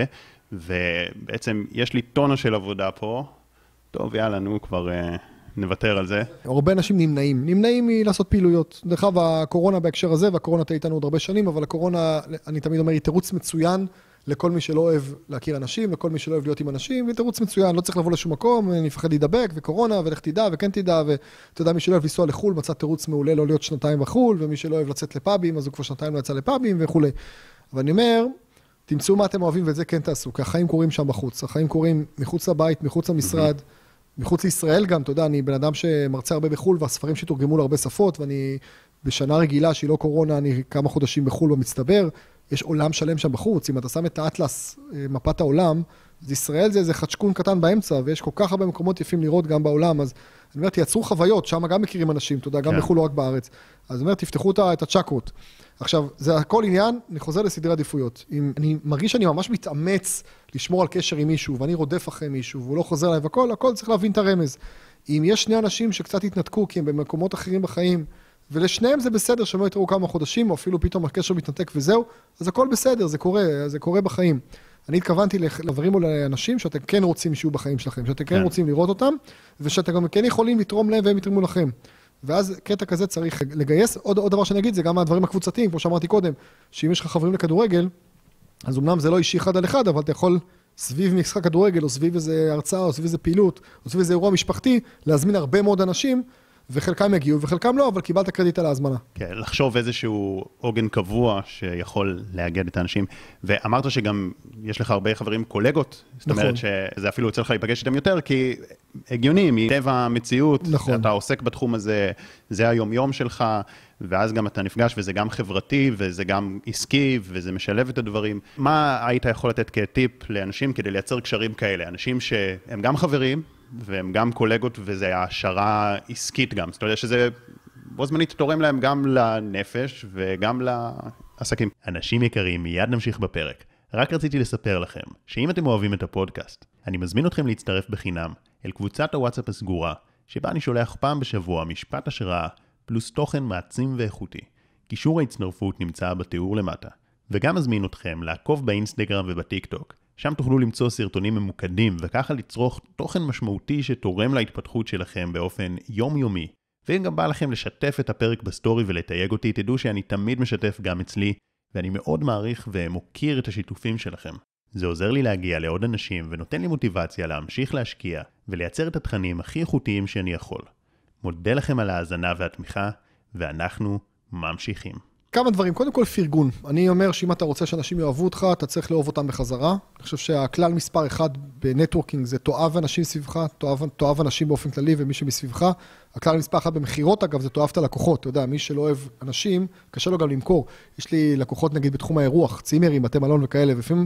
ובעצם יש לי טונה של עבודה פה, טוב, יאללה, נו, כבר נוותר על זה. הרבה אנשים נמנעים מלעשות פעילויות. דרך אגב, הקורונה בהקשר הזה, והקורונה תהיה איתנו עוד הרבה שנים, אבל הקורונה, אני תמיד אומר, היא תירוץ מצוין, לכל מי שלא אוהב להכיר אנשים, לכל מי שלא אוהב להיות עם אנשים, ותירוץ מצוין, לא צריך לבוא לשום מקום, נפחד להידבק, וקורונה, ולך תדע, וכן תדע, ואתה יודע, מי שלא אוהב לנסוע לחול, מצא תירוץ מעולה לא להיות שנתיים בחול, ומי שלא אוהב לצאת לפאבים, אז הוא כבר שנתיים לא יצא לפאבים, וכו'. אבל אני אומר, תמצאו מה אתם אוהבים, ואת זה כן תעשו, כי החיים קורים שם בחוץ. החיים קורים מחוץ לבית, מחוץ למשרד, מחוץ לישראל גם, אתה יודע, אני בן אדם שמרצה הרבה בחול, והספרים שתורגמו להרבה שפות, ואני בשנה רגילה שהיא לא קורונה, אני כמה חודשים בחול במצטבר, יש עולם שלם שם בחוץ, אם אתה שם את האטלס, מפת העולם, אז ישראל זה איזה חדשקון קטן באמצע, ויש כל כך הרבה מקומות יפים לראות גם בעולם, אז אני אומר, תייצרו חוויות, שם גם מכירים אנשים, אתה יודע, גם בחול, לא רק בארץ. אז אני אומר, תפתחו את הצ'קרות. עכשיו, זה הכל עניין, אני חוזר לסדרי עדיפויות. אם אני מרגיש שאני ממש מתאמץ לשמור על קשר עם מישהו, ואני רודף אחרי מישהו, והוא לא חוזר אליי, הכל צריך להבין את הרמז. אם יש שני אנשים שקצת התנתקו, כי הם במקומות אחרים בחיים, ולשניהם זה בסדר שהם לא יתראו כמה חודשים, או אפילו פתאום הקשר מתנתק וזהו, אז הכל בסדר, זה קורה בחיים. אני התכוונתי לדברים או לאנשים שאתם כן רוצים שיהיו בחיים שלכם, שאתם כן רוצים לראות אותם, ושאתם גם כן יכולים לתרום להם והם יתרמו לכם. ואז קטע כזה צריך לגייס. עוד דבר שאני אגיד, זה גם הדברים הקבוצתיים, כמו שאמרתי קודם, שאם יש לך חברים לכדורגל, אז אמנם זה לא אישי אחד על אחד, אבל אתה יכול סביב משחק כדורגל, או סביב איזה הרצאה, או סביב איזה פעילות, או סביב איזה אירוע משפחתי, להזמין הרבה מאוד אנשים, וחלקם יגיעו, וחלקם לא, אבל קיבלת קרדיט על ההזמנה. כן, לחשוב איזשהו עוגן קבוע שיכול לאגד את האנשים. ואמרת שגם יש לך הרבה חברים קולגות, זאת אומרת שזה אפילו צריך להיפגש איתם יותר, כי הגיוני, מטבע המציאות, אתה עוסק בתחום הזה, זה היום-יום שלך, ואז גם אתה נפגש, וזה גם חברתי, וזה גם עסקי, וזה משלב את הדברים. מה היית יכול לתת כטיפ לאנשים כדי לייצר קשרים כאלה? אנשים שהם גם חברים, והם גם קולגות, וזה העשרה עסקית גם. זאת אומרת שזה בו זמנית תורם להם גם לנפש וגם לעסקים. אנשים יקרים, מיד נמשיך בפרק. רק רציתי לספר לכם שאם אתם אוהבים את הפודקאסט, אני מזמין אתכם להצטרף בחינם אל קבוצת הוואטסאפ הסגורה, שבה אני שולח פעם בשבוע משפט השראה, פלוס תוכן מעצים ואיכותי. קישור ההצטרפות נמצא בתיאור למטה. וגם מזמין אתכם לעקוב באינסטגרם ובטיק טוק. שם תוכלו למצוא סרטונים ממוקדים וככה לצרוך תוכן משמעותי שתורם להתפתחות שלכם באופן יומיומי. ואם גם בא לכם לשתף את הפרק בסטורי ולתייג אותי, תדעו שאני תמיד משתף גם אצלי, ואני מאוד מעריך ומוקיר את השיתופים שלכם. זה עוזר לי להגיע לעוד אנשים ונותן לי מוטיבציה להמשיך להשקיע ולייצר את התכנים הכי איכותיים שאני יכול. מודה לכם על ההאזנה והתמיכה, ואנחנו ממשיכים. כמה דברים, קודם כל פרגון. אני אומר שאם אתה רוצה שאנשים יאהבו אותך, אתה צריך לאהוב אותם בחזרה. אני חושב שהכלל מספר אחד בנטוורקינג זה תאהב אנשים סביבך, תאהב אנשים באופן כללי ומי שמסביבך. הכלל מספר אחד במחירות, אגב, זה תאהב את הלקוחות. אתה יודע, מי שלא אוהב אנשים, קשה לו גם למכור. יש לי לקוחות, נגיד, בתחום האירוח, צימרים, בתי מלון וכאלה, ולפעמים,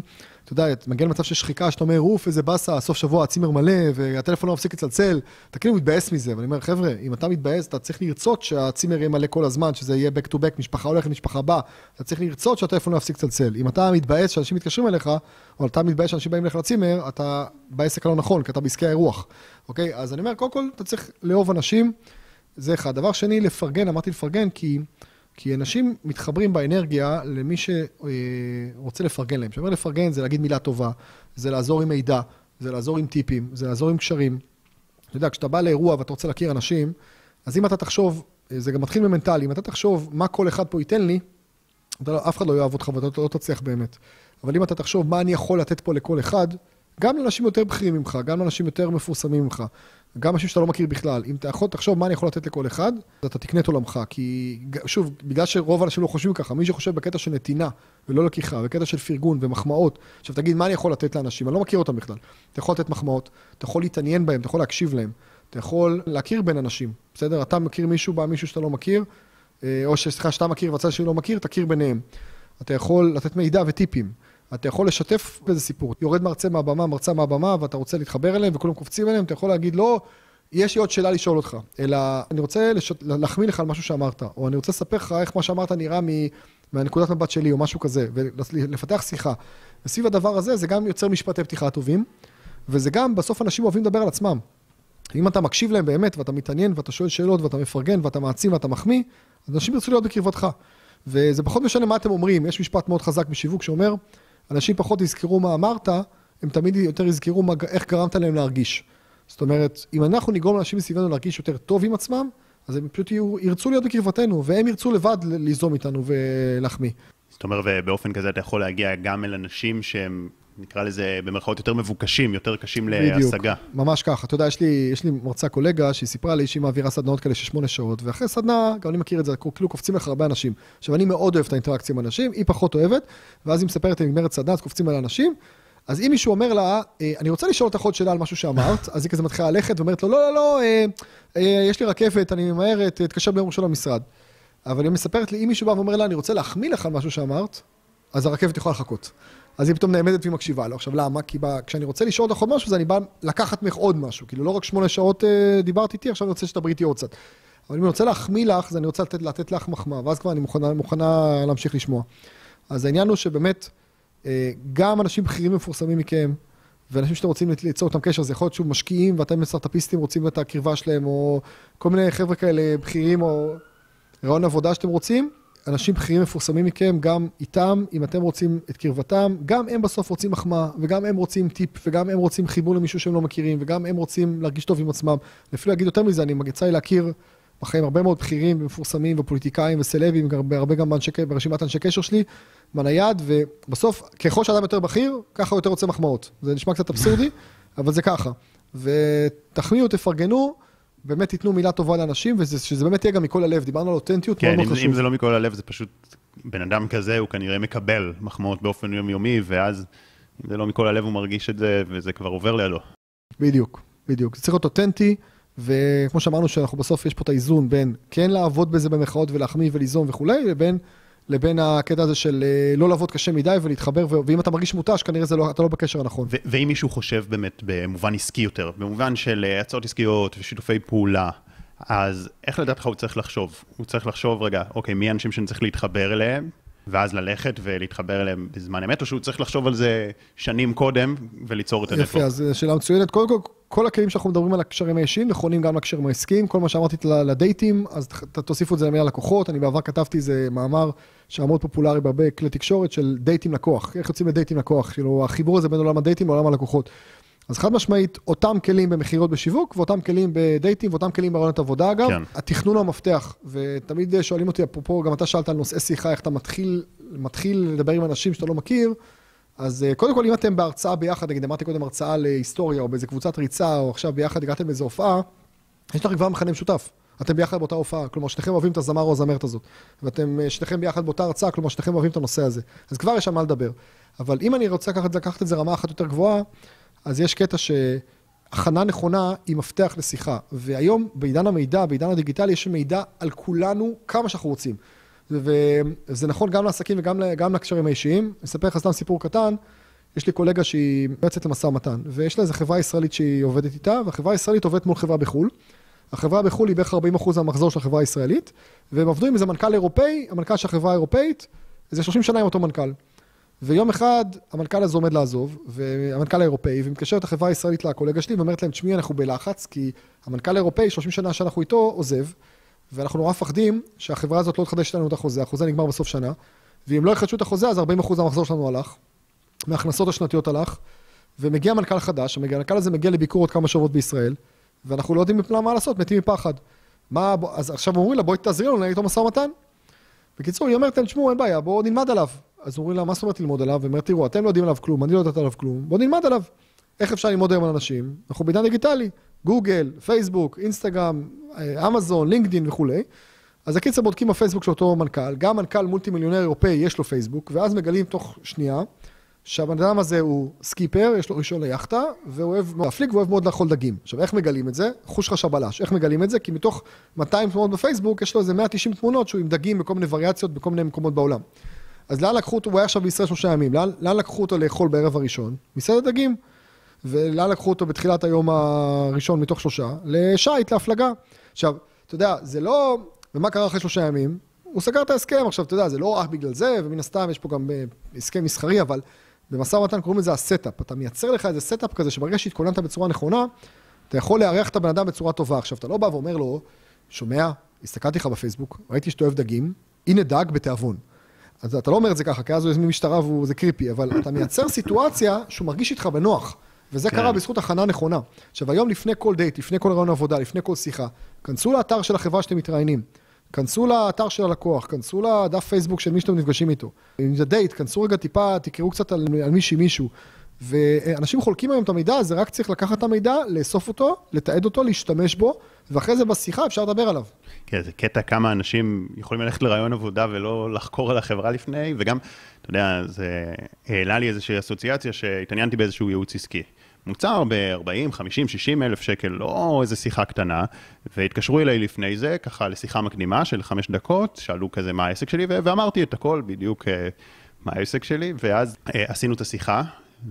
אתה יודע, מגיע למצב של שחיקה, שאתה אומר, איזה באסה, סוף שבוע, הצימר מלא, והטלפון לא מפסיק לצלצל, אתה כאילו מתבאס מזה, ואני אומר, חבר'ה, אם אתה מתבאס, אתה צריך לרצות שהצימר יהיה מלא כל הזמן, שזה יהיה back to back, משפחה הולכת, משפחה באה, אתה צריך לרצות שהטלפון לא יפסיק לצלצל. אם אתה מתבאס שאנשים מתקשרים אליך, או אתה מתבאס שאנשים באים לך לצימר, אתה בעסק הלא נכון, כי אתה בעסקי האירוח. אוקיי? אז אני אומר, קודם כל, אתה צריך לאהוב אנשים, זה אחד. דבר שני, לפרגן, אמרתי לפרגן, כי אנשים מתחברים באנרגיה למי שרוצה לפרגן להם. שאומר לפרגן זה להגיד מילה טובה, זה לעזור עם מידע, זה לעזור עם טיפים, זה לעזור עם קשרים. אתה יודע, כשאתה בא לאירוע ואתה רוצה להכיר אנשים, אז אם אתה תחשוב, זה גם מתחיל במנטלי, אם אתה תחשוב מה כל אחד פה ייתן לי, אף אחד לא יאהב אותך ואתה לא תצליח באמת. אבל אם אתה תחשוב מה אני יכול לתת פה לכל אחד, גם לאנשים יותר בכירים ממך, גם לאנשים יותר מפורסמים ממך, גם אנשים שאתה לא מכיר בכלל. אם אתה יכול תחשוב מה אני יכול לתת לכל אחד, אתה תקנה את עולמך. כי, שוב, בגלל שרוב האנשים לא חושבים ככה, מי שחושב בקטע של נתינה ולא לקיחה, בקטע של פרגון ומחמאות, עכשיו תגיד מה אני יכול לתת לאנשים, אני לא מכיר אותם בכלל. אתה יכול לתת מחמאות, אתה יכול להתעניין בהם, אתה יכול להקשיב להם, אתה יכול להכיר בין אנשים, בסדר? אתה מכיר מישהו שאתה לא מכיר, או שאתה מכיר והצד שלי לא מכיר, תכיר ביניהם. אתה יכול לתת מידע וטיפים. אתה יכול לשתף באיזה סיפור. יורד מרצה מהבמה, ואתה רוצה להתחבר אליהם, וכולם קופצים אליהם, אתה יכול להגיד, לא, יש לי עוד שאלה לשאול אותך, אלא אני רוצה להחמיא לך על משהו שאמרת, או אני רוצה לספר לך איך מה שאמרת נראה מהנקודת מבט שלי, או משהו כזה, ולפתח שיחה. וסביב הדבר הזה, זה גם יוצר משפטי פתיחה טובים, וזה גם, בסוף אנשים אוהבים לדבר על עצמם. אם אתה מקשיב להם באמת, ואתה מתעניין, ואתה שואל שאלות, ואתה מפרגן, ואתה מעצים, ואתה מחמיא, אז אנשים ירצו להיות בקרבתך. וזה פחות משנה מה אתם אומרים. יש משפט מאוד חזק בשיווק שאומר, אנשים פחות יזכרו מה אמרת, הם תמיד יותר יזכרו איך גרמת להם להרגיש. זאת אומרת, אם אנחנו נגרום לאנשים מסביבנו להרגיש יותר טוב עם עצמם, אז הם פשוט ירצו להיות בקרבתנו, והם ירצו לבד ליזום איתנו ולהחמיא. זאת אומרת, ובאופן כזה אתה יכול להגיע גם אל אנשים שהם, נקרא לזה, במרכאות יותר מבוקשים, יותר קשים להשגה. ממש ככה. אתה יודע, יש לי מרצה קולגה שהיא סיפרה לי שהיא מעבירה סדנאות כאלה של 8 שעות, ואחרי סדנה, גם אני מכיר את זה, כאילו קופצים לך הרבה אנשים. עכשיו, אני מאוד אוהב את האינטראקציה עם אנשים, היא פחות אוהבת, ואז היא מספרת, היא נגמרת סדנה, אז קופצים על האנשים, אז אם מישהו אומר לה, אני רוצה לשאול אותך עוד שאלה על משהו שאמרת, אז היא כזה מתחילה ללכת ואומרת לו, לא, יש לי רכבת, אני ממהרת, תתקשר ביום ראשון למשרד. אבל היא מספרת לי, אם מישהו בא ואומר לה, אני רוצה להחמיא לך על משהו שאמרת, אז הרכבת יכולה לחכות. אז היא פתאום נעמדת ומקשיבה לו. עכשיו, למה? כי כשאני רוצה לשאול אותך עוד משהו, אז אני בא לקחת ממך עוד משהו. כאילו, לא רק 8 שעות דיברת איתי, עכשיו אני רוצה שתדברי איתי עוד קצת. אבל אם אני רוצה להחמיא לך, אז אני רוצה לתת לך מחמאה, ואז כבר אני מוכנה להמשיך לשמוע. אז העניין הוא שבאמת, גם אנשים בכירים מפורסמים מכם, ואנשים שאתם רוצים ליצור אותם קשר, זה יכול להיות שוב משקיעים, ואתם סטארט-אפיסטים רוצים את הקרבה שלהם, או כל מיני חבר'ה כאלה בכירים, או רעיון עבודה שאתם רוצים, אנשים בכירים מפורסמים מכם, גם איתם, אם אתם רוצים את קרבתם, גם הם בסוף רוצים מחמאה, וגם הם רוצים טיפ, וגם הם רוצים חיבור למישהו שהם לא מכירים, וגם הם רוצים להרגיש טוב עם עצמם. אפילו להגיד יותר מזה, אני יצא לי להכיר בחיים הרבה מאוד בכירים ומפורסמים ופוליטיקאים וסלבים, הרבה גם ברשימת אנשי קשר שלי, בנייד, ובסוף, ככל שאדם יותר בכיר, ככה הוא יותר רוצה מחמאות. זה נשמע קצת אבסורדי, אבל זה ככה. ותחמיאו, תפרגנו, באמת תיתנו מילה טובה לאנשים, ושזה באמת יהיה גם מכל הלב. דיברנו על אותנטיות, מאוד מאוד חשוב. אם זה לא מכל הלב, זה פשוט בן אדם כזה, הוא כנראה מקבל מחמאות באופן יומיומי, ואז אם זה לא מכל הלב, הוא מרגיש את זה, וזה כבר עובר לידו. בדיוק. זה צריך להיות אותנטי, וכמו שאמרנו שאנחנו בסוף יש פה את האיזון בין כן לעבוד בזה במחאות ולהחמיא וליזום וכולי, לבין הקטע הזה של לא לעבוד קשה מדי ולהתחבר, ואם אתה מרגיש מותש, כנראה אתה לא בקשר הנכון. ואם מישהו חושב באמת במובן עסקי יותר, במובן של הצעות עסקיות ושיתופי פעולה, אז איך לדעתך הוא צריך לחשוב? הוא צריך לחשוב, רגע, אוקיי, מי האנשים שאני צריך להתחבר אליהם, ואז ללכת ולהתחבר אליהם בזמן אמת, או שהוא צריך לחשוב על זה שנים קודם וליצור את הנטוורק? יפה, אז שאלה מצוינת. קודם כל הכלים שאנחנו מדברים על הקשרים האישיים, נכונים גם לקשרים העסקיים, כל מה שאמרתי לדייטים, אז תוסיפו את זה למילה לקוחות. אני בעבר כתבתי איזה מאמר שמאוד פופולרי בהרבה כלי תקשורת של דייטים לקוח. איך יוצאים לדייטים לקוח? כאילו, החיבור הזה בין עולם הדייטים לעולם הלקוחות. אז חד משמעית, אותם כלים במחירות בשיווק, ואותם כלים בדייטים, ואותם כלים ברעיונות עבודה, אגב. כן. התכנון הוא המפתח, ותמיד שואלים אותי, אפרופו, גם אתה שאלת על נושאי שיחה, איך אתה מתחיל לדבר עם אנשים שאתה לא מכיר, אז קודם כל, אם אתם בהרצאה ביחד, נגיד, אמרתי קודם הרצאה להיסטוריה, או באיזה קבוצת ריצה, או עכשיו ביחד הגעתם באיזו הופעה, יש לכם כבר מכנה משותף. אתם ביחד באותה הופעה, כלומר, שניכם אוהבים את הזמר או הזמרת הזאת. ואתם שניכם ביחד באותה הרצאה, כלומר, שניכם אוהבים את הנושא הזה. אז כבר יש שם מה לדבר. אבל אם אני רוצה לקחת את זה רמה אחת יותר גבוהה, אז יש קטע שהכנה נכונה היא מפתח לשיחה. והיום, בעידן המידע, בעידן הדיגיטלי, יש מידע על כולנו כמה שאנחנו רוצים. וזה נכון גם לעסקים וגם לקשרים האישיים. אני אספר לך סתם סיפור קטן. יש לי קולגה שהיא יוצאת למשא ומתן, ויש לה איזו חברה ישראלית שהיא עובדת איתה, והחברה הישראלית עובדת מול חברה בחול. החברה בחול היא בערך 40% מהמחזור של החברה הישראלית, והם עבדו עם איזה מנכ"ל אירופאי, המנכ"ל של החברה האירופאית, איזה 30 שנה עם אותו מנכ"ל. ויום אחד המנכ"ל הזה עומד לעזוב, והמנכ"ל האירופאי, ומתקשרת החברה הישראלית לקולגה שלי, ואומרת להם, תשמעי, אנחנו בלחץ, כי המנכ"ל האירופאי, 30 שנה שאנחנו איתו, עוזב, ואנחנו נורא מפחדים שהחברה הזאת לא תחדש לנו את החוזה, החוזה נגמר בסוף שנה, ואם לא יחדשו את החוזה, אז 40% המחזור שלנו הלך, מההכנסות השנתיות הלך, ומגיע מנכ"ל חדש, המנכ"ל הזה מגיע לביקור עוד כמה שבועות בישראל, ואנחנו לא יודעים מה לעשות, מתים מפחד. אז עכשיו אומרים לה, בואי תעזרי לנו, נהיה איתו משא ומתן. בקיצור, היא אומרת להם, תשמעו, אין בעיה, בואו נלמד עליו. אז אומרים לה, מה זאת אומרת ללמוד עליו? ואומרת, תראו, אתם לא יודעים עליו כלום, אני לא יודעת עליו כלום, בואו נלמד עליו. איך אפשר ללמוד היום על אנשים? אנחנו בעידן דיגיטלי, גוגל, פייסבוק, אינסטגרם, אמזון, לינקדין וכו'. אז הקיצר בודקים בפייסבוק של אותו מנכ"ל, גם מנכ"ל מולטי מיליונר אירופאי יש לו פייסבוק, ואז מגלים תוך שנייה שהבן אדם הזה הוא סקיפר, יש לו רישיון ליאכטה, והוא אוהב מאוד להפליג, והוא אוהב מאוד לאכול דגים. עכשיו, איך מגלים את זה? חוש חש הבלש. איך מגלים את זה? כי מתוך 200 תמונות בפייסבוק, יש לו איזה 190 תמונות שהוא עם דגים בכל מיני וריאציות, בכל מיני מקומות בעולם. אז לאן לקחו אותו? הוא היה עכשיו בישראל 3 ימים. לאן לקחו אותו לאכול בערב הראשון? מסעדת דגים. ולאן לקחו אותו בתחילת היום הראשון מתוך 3? לשייט, להפלגה. עכשיו, אתה יודע, זה לא... ומה קרה אחרי 3 ימים? הוא סגר את ההסכם. עכשיו, אתה יודע, זה לא רק בגלל זה, ומן הסתם יש פה גם הסכם מסחרי, אבל במשא ומתן קוראים לזה הסטאפ. אתה מייצר לך איזה סטאפ כזה, שברגע שהתכוננת בצורה נכונה, אתה יכול לארח את הבן אדם בצורה טובה. עכשיו, אתה לא בא ואומר לו, שומע, הסתכלתי לך בפייסבוק, ראיתי שאתה אוהב דגים, הנה דג בתיאבון. אז אתה לא אומר את זה ככה, כי אז הוא יזמין משטרה וזה קריפי, אבל אתה מייצר סיטואציה שהוא מרגיש איתך בנוח. וזה קרה בזכות הכנה נכונה. עכשיו, היום לפני כל דייט, לפני כל רעיון עבודה, לפני כל שיחה, כנסו לאתר של החברה שאתם מתראיינים. כנסו לאתר של הלקוח, כנסו לדף פייסבוק של מי שאתם נפגשים איתו. אם זה דייט, כנסו רגע טיפה, תקראו קצת על מישהו. ואנשים חולקים היום את המידע, אז רק צריך לקחת את המידע, לאסוף אותו, לתעד אותו, להשתמש בו, ואחרי זה בשיחה אפשר לדבר עליו. כן, זה קטע כמה אנשים יכולים ללכת לרעיון עבודה ולא לחקור על החברה לפני, וגם, אתה יודע, זה העלה לי איזושהי אסוציאציה שהתעניינתי באיזשהו ייעוץ עסקי. מוצר ב-40, 50, 60 אלף שקל, לא איזו שיחה קטנה, והתקשרו אליי לפני זה, ככה לשיחה מקדימה של 5 דקות, שאלו כזה מה העסק שלי, ואמרתי את הכל בדיוק מה העסק שלי, ואז עשינו את השיחה,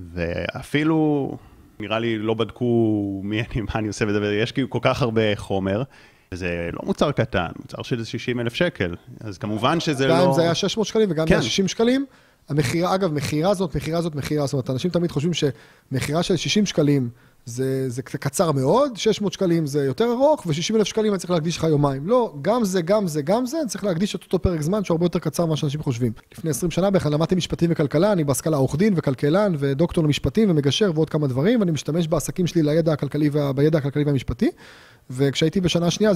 ואפילו נראה לי לא בדקו מי אני, מה אני עושה וזה, ויש כאילו כל כך הרבה חומר, וזה לא מוצר קטן, מוצר של 60 אלף שקל, אז כמובן שזה לא... גם זה היה 600 שקלים וגם זה 60 שקלים, המחירה, אגב, מחירה זאת, זאת אומרת, אנשים תמיד חושבים שמחירה של 60 שקלים זה קצר מאוד, 600 שקלים זה יותר ארוך, ו60 אלף שקלים אני צריך להקדיש לך יומיים. לא, גם זה, אני צריך להקדיש את אותו פרק זמן שהוא הרבה יותר קצר ממה שאנשים חושבים. לפני 20 שנה בכלל למדתי משפטים וכלכלה, אני בהשכלה עורך דין וכלכלן ודוקטור למשפטים ומגשר ועוד כמה דברים, ואני משתמש בעסקים שלי בידע הכלכלי והמשפטי, וכשהייתי בשנה השנייה,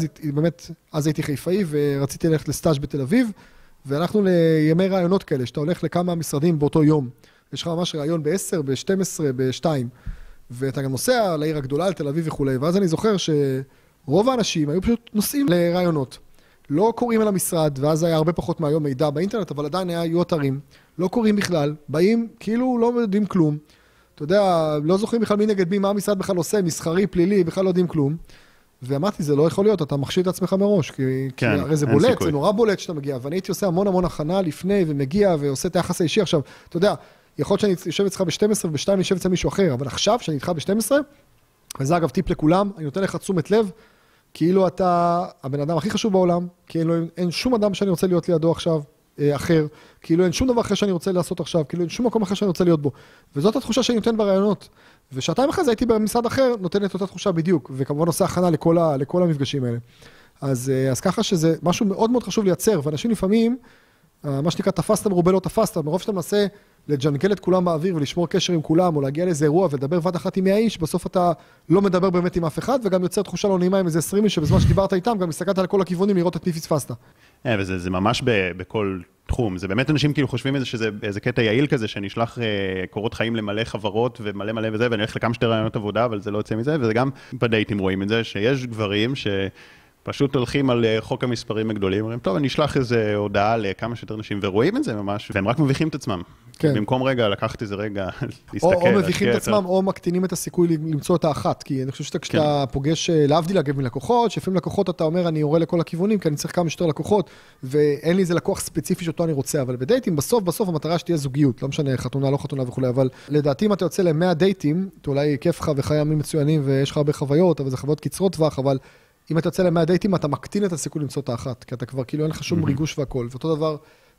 אז הייתי חיפאי ורציתי ללכת לסטאז' בתל אביב, והלכנו לימי רעיונות כאלה, שאתה הולך לכמה משרדים באותו יום. יש לך ממש רעיון ב-10, ב-12, ב-2, ואתה גם נוסע לעיר הגדולה, לתל אביב וכו'. ואז אני זוכר שרוב האנשים היו פשוט נוסעים לרעיונות. לא קוראים על המשרד, ואז היה הרבה פחות מהיום מידע באינטרנט, אבל עדיין היו אתרים. לא קוראים בכלל, באים כאילו לא יודעים כלום. אתה יודע, לא זוכרים בכלל מי נגד מי, מה המשרד בכלל עושה, מסחרי, פלילי, בכלל לא יודעים כלום. ואמרתי, זה לא יכול להיות, אתה מחשיד את עצמך מראש, כי הרי זה בולט, זה נורא בולט שאתה מגיע, ואני הייתי עושה המון הכנה לפני, ומגיע, ועושה את היחס האישי. עכשיו, אתה יודע, יכול להיות שאני יושב אצלך ב-12, וב-2 אני יושב אצל מישהו אחר, אבל עכשיו, שאני איתך ב-12, וזה אגב טיפ לכולם, אני נותן לך תשומת לב, כאילו אתה הבן אדם הכי חשוב בעולם, כאילו אין שום אדם שאני רוצה להיות לידו עכשיו, אחר, כאילו אין שום דבר אחר שאני רוצה לעשות עכשיו, כאילו אין שום מקום אחר שאני רוצה להיות בו, וזאת התחושה שאני נותן ברעיונות. ושעתיים אחרי זה הייתי במשרד אחר, נותן את אותה תחושה בדיוק, וכמובן עושה הכנה לכל המפגשים האלה. אז ככה שזה משהו מאוד מאוד חשוב לייצר, ואנשים לפעמים, מה שנקרא תפסת מרובה לא תפסת, מרוב שאתה מנסה לג'נגל את כולם באוויר ולשמור קשר עם כולם, או להגיע לאיזה אירוע ולדבר בת אחת עם 100 איש, בסוף אתה לא מדבר באמת עם אף אחד, וגם יוצר תחושה לא נעימה עם איזה 20 איש, שבזמן שדיברת איתם, גם הסתכלת על כל הכיוונים לראות את מי פספסת. וזה ממש בכל תחום. זה באמת אנשים כאילו חושבים שזה איזה קטע יעיל כזה, שנשלח קורות חיים למלא חברות ומלא וזה, ואני הולך לכמה שתי רעיונות עבודה, אבל זה לא יוצא מזה, וזה גם בדייטים רואים את זה, שיש גברים שפשוט הולכים על חוק המספרים הגדולים, אומרים, טוב, אני אשלח איזה הודעה לכמה שיותר נשים, ורואים את זה ממש, והם רק מביכים את עצמם. כן. במקום רגע, לקחת איזה רגע, להסתכל, או מביכים את עצמם, או מקטינים את הסיכוי למצוא את האחת, כי אני חושב שכשאתה פוגש, להבדיל אגב מלקוחות, שלפעמים לקוחות אתה אומר, אני יורה לכל הכיוונים, כי אני צריך כמה שיותר לקוחות, ואין לי איזה לקוח ספציפי שאותו אני רוצה, אבל בדייטים, בסוף המטרה שתהיה זוגיות, לא משנה, חתונה, לא חתונה וכו', אבל לדעתי אם אתה יוצא ל100 דייטים, אולי כיף לך וחיי ימים מצוינים ויש לך הרבה חוויות, אבל זה חוויות קצרות טווח, אבל אם אתה יוצא ל100 דייטים, אתה מקטין את הסיכוי למצוא את האחת, כי אתה כבר כאילו אין לך שום ריגוש והכל, ואותו דבר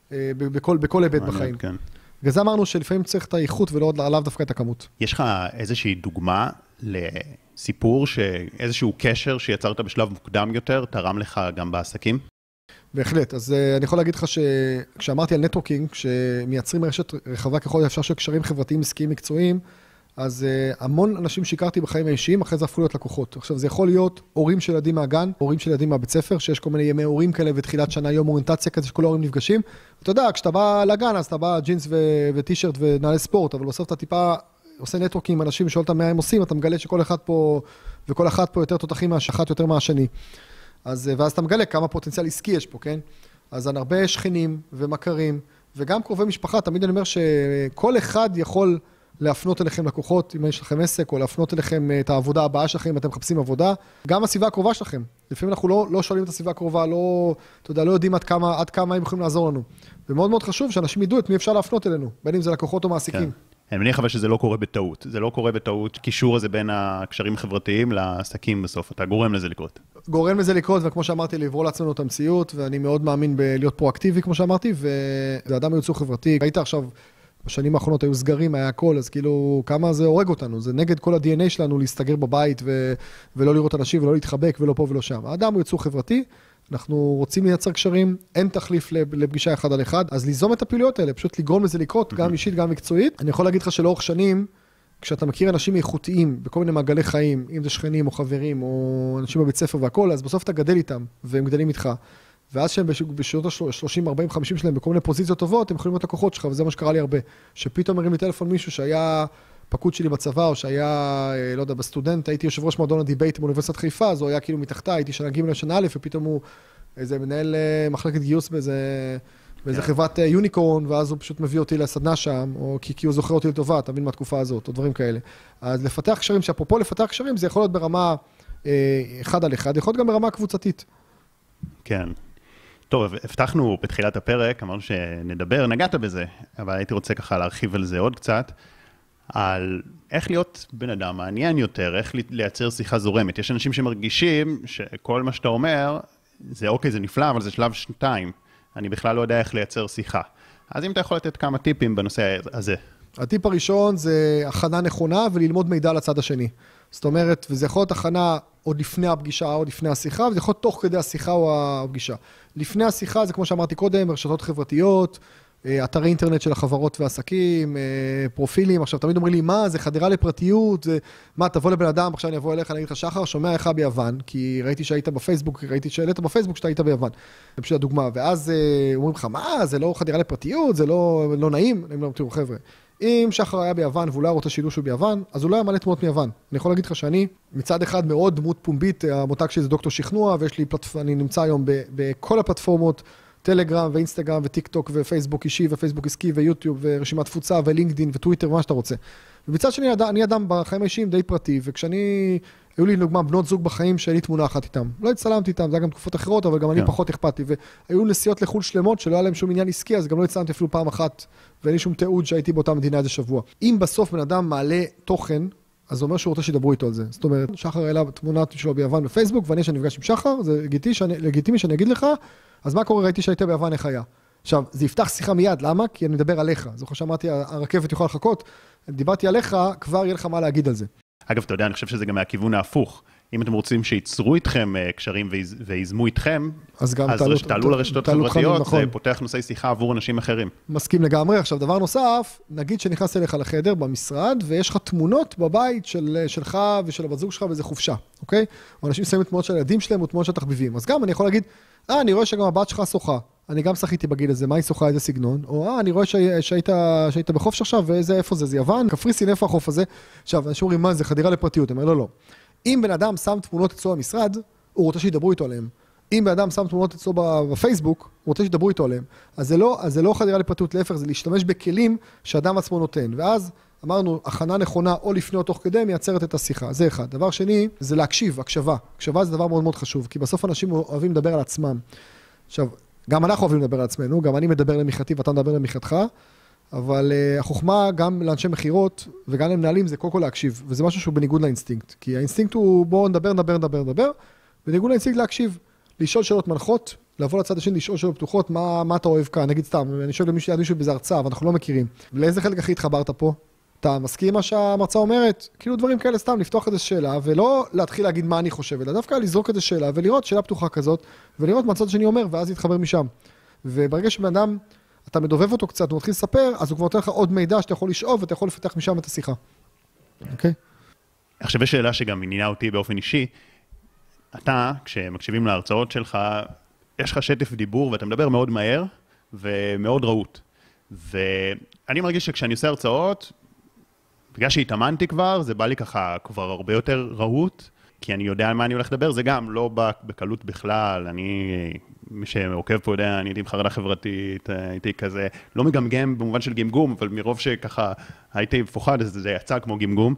בכל היבט בחיים. בגלל זה אמרנו שלפעמים צריך את האיכות ולא עליו דווקא את הכמות. יש לך איזושהי דוגמה לסיפור שאיזשהו קשר שיצרת בשלב מוקדם יותר, תרם לך גם בעסקים? בהחלט, אז אני יכול להגיד לך שכשאמרתי על נטוורקינג, כשמייצרים רשת רחבה ככל האפשר של קשרים חברתיים, עסקיים, מקצועיים, אז המון אנשים שהכרתי בחיים האישיים, אחרי זה הפכו להיות לקוחות. עכשיו, זה יכול להיות הורים של ילדים מהגן, הורים של ילדים מהבית ספר, שיש כל מיני ימי הורים כאלה, ותחילת שנה, יום אוריינטציה כזה, שכל ההורים נפגשים. אתה יודע, כשאתה בא לגן, אז אתה בא ג'ינס וטישרט ונעלי ספורט, אבל בסוף אתה טיפה עושה נטוורקינג עם אנשים, שואל אותם מה הם עושים, אתה מגלה שכל אחד פה, וכל אחד פה יותר תותחים מהשחת יותר מהשני. ואז אתה מגלה כמה פוטנציאל עסקי יש פה, כן? אז הרבה שכנים ומכרים, וגם קרובי משפחה, תמיד אני אומר שכל אחד יכול להפנות אליכם לקוחות, אם יש לכם עסק, או להפנות אליכם את העבודה הבאה שלכם, אם אתם מחפשים עבודה. גם הסביבה הקרובה שלכם. לפעמים אנחנו לא שואלים את הסביבה הקרובה, לא יודעים עד כמה הם יכולים לעזור לנו. ומאוד מאוד חשוב שאנשים ידעו את מי אפשר להפנות אלינו, בין אם זה לקוחות או מעסיקים. אני מניח אבל שזה לא קורה בטעות. זה לא קורה בטעות, קישור הזה בין הקשרים החברתיים לעסקים בסוף. אתה גורם לזה לקרות. גורם לזה לקרות, וכמו שאמרתי, לעבור לעצמנו את המציאות, ואני מאוד מאמין בלהיות פרואקטיבי, כמו שאמרתי, ואדם מיוצור חברתי. ראית עכשיו, בשנים האחרונות היו סגרים, היה הכל, אז כאילו, כמה זה הורג אותנו. זה נגד כל ה-DNA שלנו להסתגר בבית, ולא לראות אנשים, ולא להתחבק, ולא פה ולא שם. האדם הוא יצור חברתי, אנחנו רוצים לייצר קשרים, אין תחליף לפגישה אחד על אחד, אז ליזום את הפעילויות האלה, פשוט לגרום לזה לקרות, גם אישית, גם מקצועית. אני יכול להגיד לך שלאורך שנים, כשאתה מכיר אנשים איכותיים, בכל מיני מעגלי חיים, אם זה שכנים או חברים, או אנשים בבית ספר והכל, אז בסוף אתה גדל איתם, והם גדלים איתך. ואז שהם בשנות ה-30, 40, 50 שלהם, בכל מיני פוזיציות טובות, הם יכולים להיות לקוחות שלך, וזה מה שקרה לי הרבה. שפתאום מרים לי טלפון מישהו שהיה פקוד שלי בצבא, או שהיה, לא יודע, בסטודנט, הייתי יושב ראש מועדון הדיבייט באוניברסיטת חיפה, אז הוא היה כאילו מתחתה, הייתי שנה ג' לשנה א', ופתאום הוא איזה מנהל מחלקת גיוס באיזה חברת יוניקורן, ואז הוא פשוט מביא אותי לסדנה שם, או כי הוא זוכר אותי לטובה, תבין מהתקופה הזאת, או דברים כאלה. אז לפתח קשרים, שאפרופו לפתח קשרים, זה יכול להיות ברמה אחד על אחד, יכול להיות גם ברמה קבוצתית. כן. טוב, הבטחנו בתחילת הפרק, אמרנו שנדבר, נגעת בזה, אבל הייתי רוצה ככה להרחיב על זה עוד קצת, על איך להיות בן אדם מעניין יותר, איך לייצר שיחה זורמת. יש אנשים שמרגישים שכל מה שאתה אומר, זה אוקיי, זה נפלא, אבל זה שלב 2. אני בכלל לא יודע איך לייצר שיחה. אז אם אתה יכול לתת כמה טיפים בנושא הזה. הטיפ הראשון זה הכנה נכונה וללמוד מידע על הצד השני. זאת אומרת, וזה יכול להיות הכנה עוד לפני הפגישה או לפני השיחה, וזה יכול להיות תוך כדי השיחה או הפגישה. לפני השיחה זה כמו שאמרתי קודם, רשתות חברתיות, אתרי אינטרנט של החברות והעסקים, פרופילים. עכשיו תמיד אומרים לי, מה, זה חדירה לפרטיות, זה, מה, תבוא לבן אדם, עכשיו אני אבוא אליך, אני אגיד לך, שחר, שומע איך ביוון, כי ראיתי שהיית בפייסבוק, ראיתי שהעלית בפייסבוק שאתה היית ביוון. זה פשוט הדוגמה. ואז אומרים לך, מה, זה לא חדירה לפרטיות, זה לא נעים. אני אומר, תראו, חבר'ה, אם שחר היה ביוון והוא לא רוצה שידעו שהוא ביוון, אז הוא לא היה מלא תמונות מיוון. אני יכול להגיד לך שאני מצד אחד מאוד דמות פומבית, המותג שלי זה דוקטור שכנוע, ויש לי אני נמצא היום בכל הפלטפורמות, טלגרם ואינסטגרם וטיק טוק ופייסבוק אישי ופייסבוק עסקי ויוטיוב ורשימת תפוצה ולינקדין וטוויטר ומה שאתה רוצה. ומצד שני, אני אדם בחיים האישיים די פרטי, היו לי לדוגמה בנות זוג בחיים שהייתי תמונה אחת איתם. לא הצטלמתי איתם, זה היה גם תקופות אחרות, אבל גם אני פחות אכפתי. והיו נסיעות לחול שלמות שלא היה להם שום עניין עסקי, אז גם לא הצטלמתי אפילו פעם אחת, ואין לי שום תיעוד שהייתי באותה מדינה איזה שבוע. אם בסוף בן אדם מעלה תוכן, אז זה אומר שהוא רוצה שידברו איתו על זה. זאת אומרת, שחר העלה תמונה שלו ביוון בפייסבוק, ואני שנפגש עם שחר, זה לגיטימי שאני אגיד לך, אז מה קורה? ראיתי שהיית ביוון, איך היה? עכשיו, זה יפתח שיחה מיד, למה? כי אני מדבר עליך. זוכר שאמרתי, הרכבת יכולה לחכות, דיברתי עליך, כבר יהיה לך מה להגיד על זה. אגב, אתה יודע, אני חושב שזה גם מהכיוון ההפוך. אם אתם רוצים שייצרו איתכם קשרים ויזמו איתכם, אז תעלו לרשתות חברתיות, זה פותח נושאי שיחה עבור אנשים אחרים. מסכים לגמרי. עכשיו, דבר נוסף, נגיד שנכנס אליך לחדר במשרד, ויש לך תמונות בבית שלך ושל הבת זוג שלך, וזה חופשה, אוקיי? או אנשים שמים תמונות של הילדים שלהם, או תמונות של התחביבים. אז גם אני יכול להגיד, אני רואה שגם הבת שלך שוחה. אני גם שחיתי בגיל הזה, מה היא שוחה, איזה סגנון? או אני רואה שהיית בחוף עכשיו, איפה זה? זה יוון? קפריסין, איפה החוף הזה? עכשיו, אנשים אומרים, מה זה? חדירה לפרטיות. אני אומר, לא. אם בן אדם שם תמונות אצלו במשרד, הוא רוצה שידברו איתו עליהם. אם באדם שם תמונות אצלו בפייסבוק, הוא רוצה שדברו איתו עליהם. אז זה לא חדירה לפרטיות, להפך, זה להשתמש בכלים שאדם עצמו נותן. ואז אמרנו, הכנה נכונה או לפני או תוך כדי מייצרת את השיחה. זה אחד. דבר שני, זה להקשיב, הקשבה. הקשבה זה דבר מאוד מאוד חשוב, כי בסוף אנשים אוהבים לדבר על עצמם. עכשיו, גם אנחנו אוהבים לדבר על עצמנו, גם אני מדבר למחתי ואתה מדבר למחתך, אבל החוכמה גם לאנשי מחירות וגם למנהלים זה קודם כל להקשיב, וזה משהו שהוא בניגוד לאינסטינקט. כי האינסטינקט הוא בואו נדבר, בניגוד לאינסטינקט להקשיב, לשאול שאלות מנחות, לבוא לצד השני, לשאול שאלות פתוחות, מה אתה אוהב כאן? נגיד סתם, אני שואל למישהו באיזה הרצאה, ואנחנו לא מכירים. לאיזה חלק הכי התחברת פה? אתה מסכים מה שהמרצה אומרת? כאילו דברים כאלה סתם, לפתוח איזו שאלה, ולא להתחיל להגיד מה אני חושב, אלא דווקא לזרוק איזו שאלה, ולראות שאלה פתוחה כזאת, ולראות מה הצד השני אומר, ואז להתחבר משם. וברגע שבן אדם, אתה מדובב אותו קצת, הוא מתחיל לספר, אז הוא כבר נותן לך עוד מידע שאתה יכול לשאוב, ואתה יכול לפתח משם את השיחה. אוקיי? עכשיו יש שאלה שגם עניינה אותי באופן אישי. אתה, כשמקשיבים להרצאות שלך, יש לך שטף דיבור, ואתה מדבר מאוד מהר, ומאוד רהוט. ואני מרגיש שכשאני עושה הרצאות, בגלל שהתאמנתי כבר, זה בא לי ככה כבר הרבה יותר רהוט, כי אני יודע על מה אני הולך לדבר, זה גם לא בא בקלות בכלל, מי שעוקב פה יודע, אני הייתי עם חרדה חברתית, הייתי כזה, לא מגמגם במובן של גמגום, אבל מרוב שככה הייתי מפוחד, אז זה יצא כמו גמגום,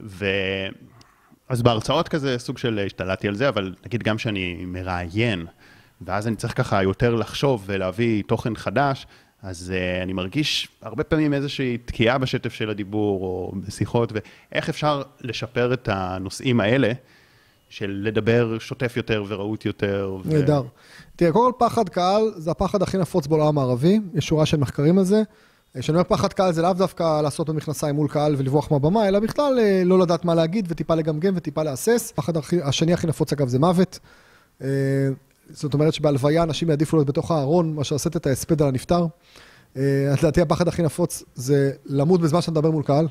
אז בהרצאות כזה סוג של השתלטתי על זה, אבל נגיד גם שאני מראיין, ואז אני צריך ככה יותר לחשוב ולהביא תוכן חדש, אז אני מרגיש הרבה פעמים איזושהי תקיעה בשטף של הדיבור או בשיחות, ואיך אפשר לשפר את הנושאים האלה, של לדבר שוטף יותר ורהוט יותר. נהדר. תראה, כל פחד קהל זה הפחד הכי נפוץ בעולם הערבי, יש שורה של מחקרים על זה. כשאני אומר פחד קהל זה לאו דווקא לעשות במכנסיים מול קהל ולברוח מהבמה, אלא בכלל לא לדעת מה להגיד וטיפה לגמגם וטיפה להסס. הפחד השני הכי נפוץ אגב זה מוות. זאת אומרת שבהלוויה אנשים יעדיפו להיות בתוך הארון, מה שעשית את ההספד על הנפטר. לדעתי הפחד הכי נפוץ זה למות בזמן שאתה מדבר מול קהל.